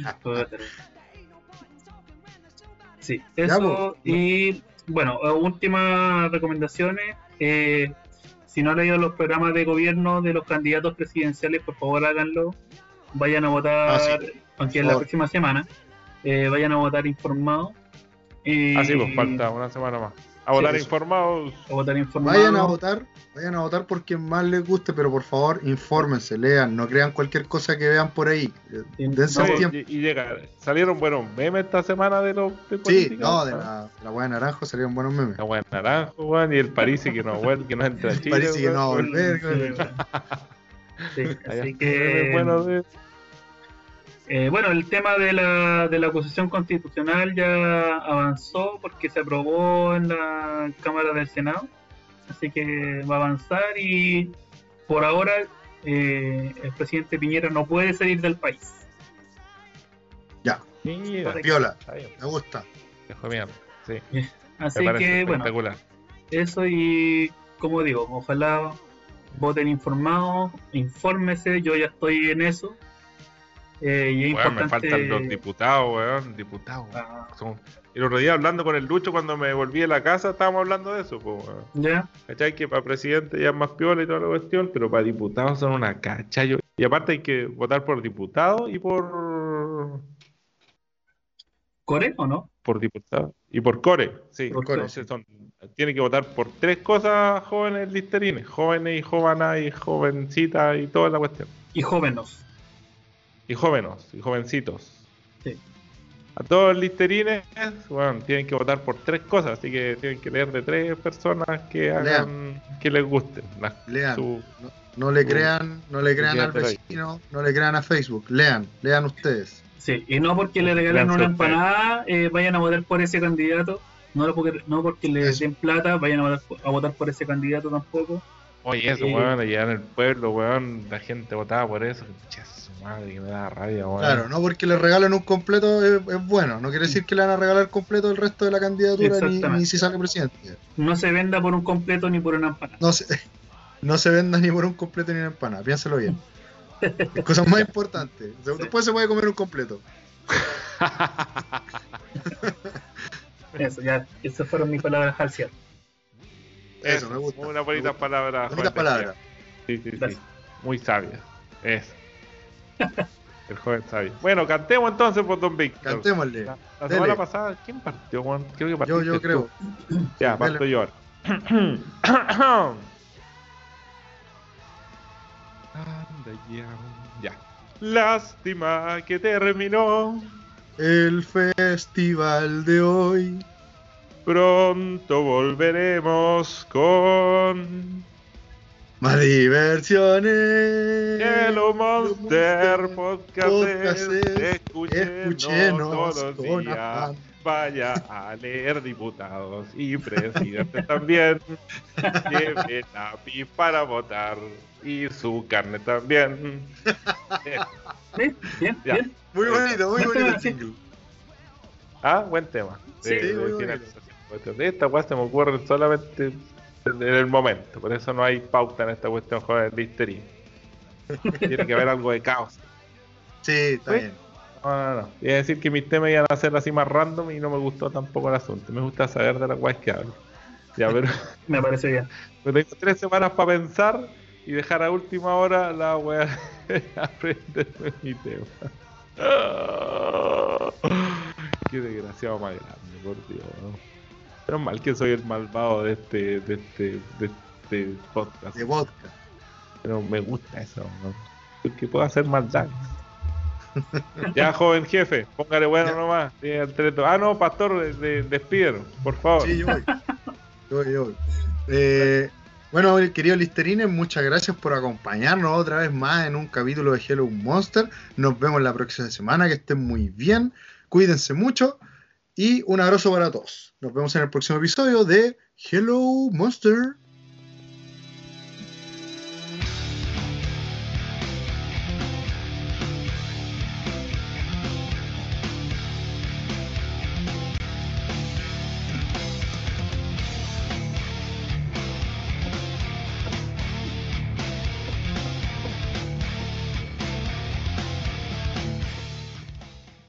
Sí, Ya, eso. pues. Y bueno, eh, últimas recomendaciones. Eh, si no han leído los programas de gobierno de los candidatos presidenciales, por favor háganlo. Vayan a votar, Ah, sí. aunque Por es la favor. próxima semana. Eh, vayan a votar informados. Y- Así pues, falta una semana más. A Sí, votar eso. informados. A votar informados. vayan a votar, vayan a votar por quien más les guste, pero por favor, infórmense, lean, no crean cualquier cosa que vean por ahí. Eh, Sí, Dense no, el Oye, tiempo. y, y llega, salieron buenos memes esta semana de los de Sí, política. no, de la, de la hueá de naranjo salieron buenos memes. La buena naranjo, weón, y el París que no vuelve, que no entra a Chile. Parece que no va a weón. volver. Sí, weón. sí, Allá así está, que bueno, de- eh, bueno, el tema de la, de la acusación constitucional ya avanzó porque se aprobó en la Cámara del Senado, así que va a avanzar y por ahora eh, el presidente Piñera no puede salir del país. Ya, Mira, piola, está bien, me gusta. viejo mierda. Sí, Así me parece que, bueno, espectacular. eso y como digo, ojalá voten informados, infórmese, yo ya estoy en eso. Eh, y es Weón, importante. me faltan los diputados, weón, diputados. Ah, Son... El otro día hablando con el Lucho cuando me volví a la casa estábamos hablando de eso, pues, weón. ¿ya? ¿Cachai? Que para presidente ya es más piola y toda la cuestión, pero para diputados son una cachayo. Y aparte hay que votar por diputado y por ¿Core o no? por diputado y por core, sí. Por core, Entonces son, tiene que votar por tres cosas jóvenes listerines, jóvenes y jóvenes y jovencitas y toda la cuestión. Y jóvenes. Y jóvenes, y jovencitos. Sí. A todos los listerines, bueno, tienen que votar por tres cosas, así que tienen que leer de tres personas que hagan, que les gusten. La- Lean. su- No, no le su- crean, no le crean al Fíjate ahí. vecino, no le crean a Facebook. Lean, lean ustedes. Sí, y no porque le regalen Gran una sorteo. empanada, eh, vayan a votar por ese candidato. No porque, no porque le Eso. den plata, vayan a votar, a votar por ese candidato tampoco. Oye, eso, Eh, weón, allá en el pueblo, weón, la gente votaba por eso. Che, su madre, que me da rabia, weón. Claro, no porque le regalen un completo es, es bueno. No quiere decir que le van a regalar completo el resto de la candidatura ni, Exactamente. ni si sale presidente. No se venda por un completo ni por una empanada. No se, no se venda ni por un completo ni una empanada. Piénselo bien. Es cosa más importante. Después se puede comer un completo. Eso, ya, esas fueron mis palabras al cierre. Eso, me gusta. Una bonita me gusta. palabra. Bonitas joven palabras. Sí, sí, sí. Gracias. Muy sabia. Eso. El joven sabio. Bueno, cantemos entonces por Don Víctor. Cantémosle. La, la Dele. semana pasada, ¿quién partió, Juan? Creo que Yo, partiste yo tú. creo. Ya, Dele. parto yo ahora. Anda ya. Ya. Lástima que terminó. El festival de hoy. Pronto volveremos con Más diversiones. Hello Monster Podcast. Podcastes. Escúchenos Escúchenos todos los con días. afán. Vaya a leer diputados y presidentes también. Lleve lápiz para votar y su carne también. Eh, ¿Sí? Bien, Ya. bien. Muy bonito, muy bonito el jingle. Ah, buen tema. Sí, De- muy de bonito. finalización. De esta weá se me ocurre solamente en el momento. Por eso no hay pauta en esta cuestión, joder, de histeria. Tiene que haber algo de caos. Sí, está ¿Sí? bien. No, no, no. Iba a decir que mis temas iban a ser así más random y no me gustó tampoco el asunto. Me gusta saber de las weas que hablo. Ya, pero, Me parece bien. pero tengo tres semanas para pensar y dejar a última hora la wea de aprenderme mi tema. Qué desgraciado más grande, por Dios. Pero mal que soy el malvado de este, de este, de este podcast. De vodka. Pero me gusta eso, ¿no? Porque puedo hacer maldad. Ya, joven jefe, póngale bueno Ya. nomás. Sí, el teletón. Ah, no, pastor, de, de, despídelo, por favor. Sí, yo voy. Yo voy, yo voy. Eh, bueno, queridos listerines, muchas gracias por acompañarnos otra vez más en un capítulo de Hello Monster. Nos vemos la próxima semana, que estén muy bien. Cuídense mucho y un abrazo para todos. Nos vemos en el próximo episodio de Hello Monster.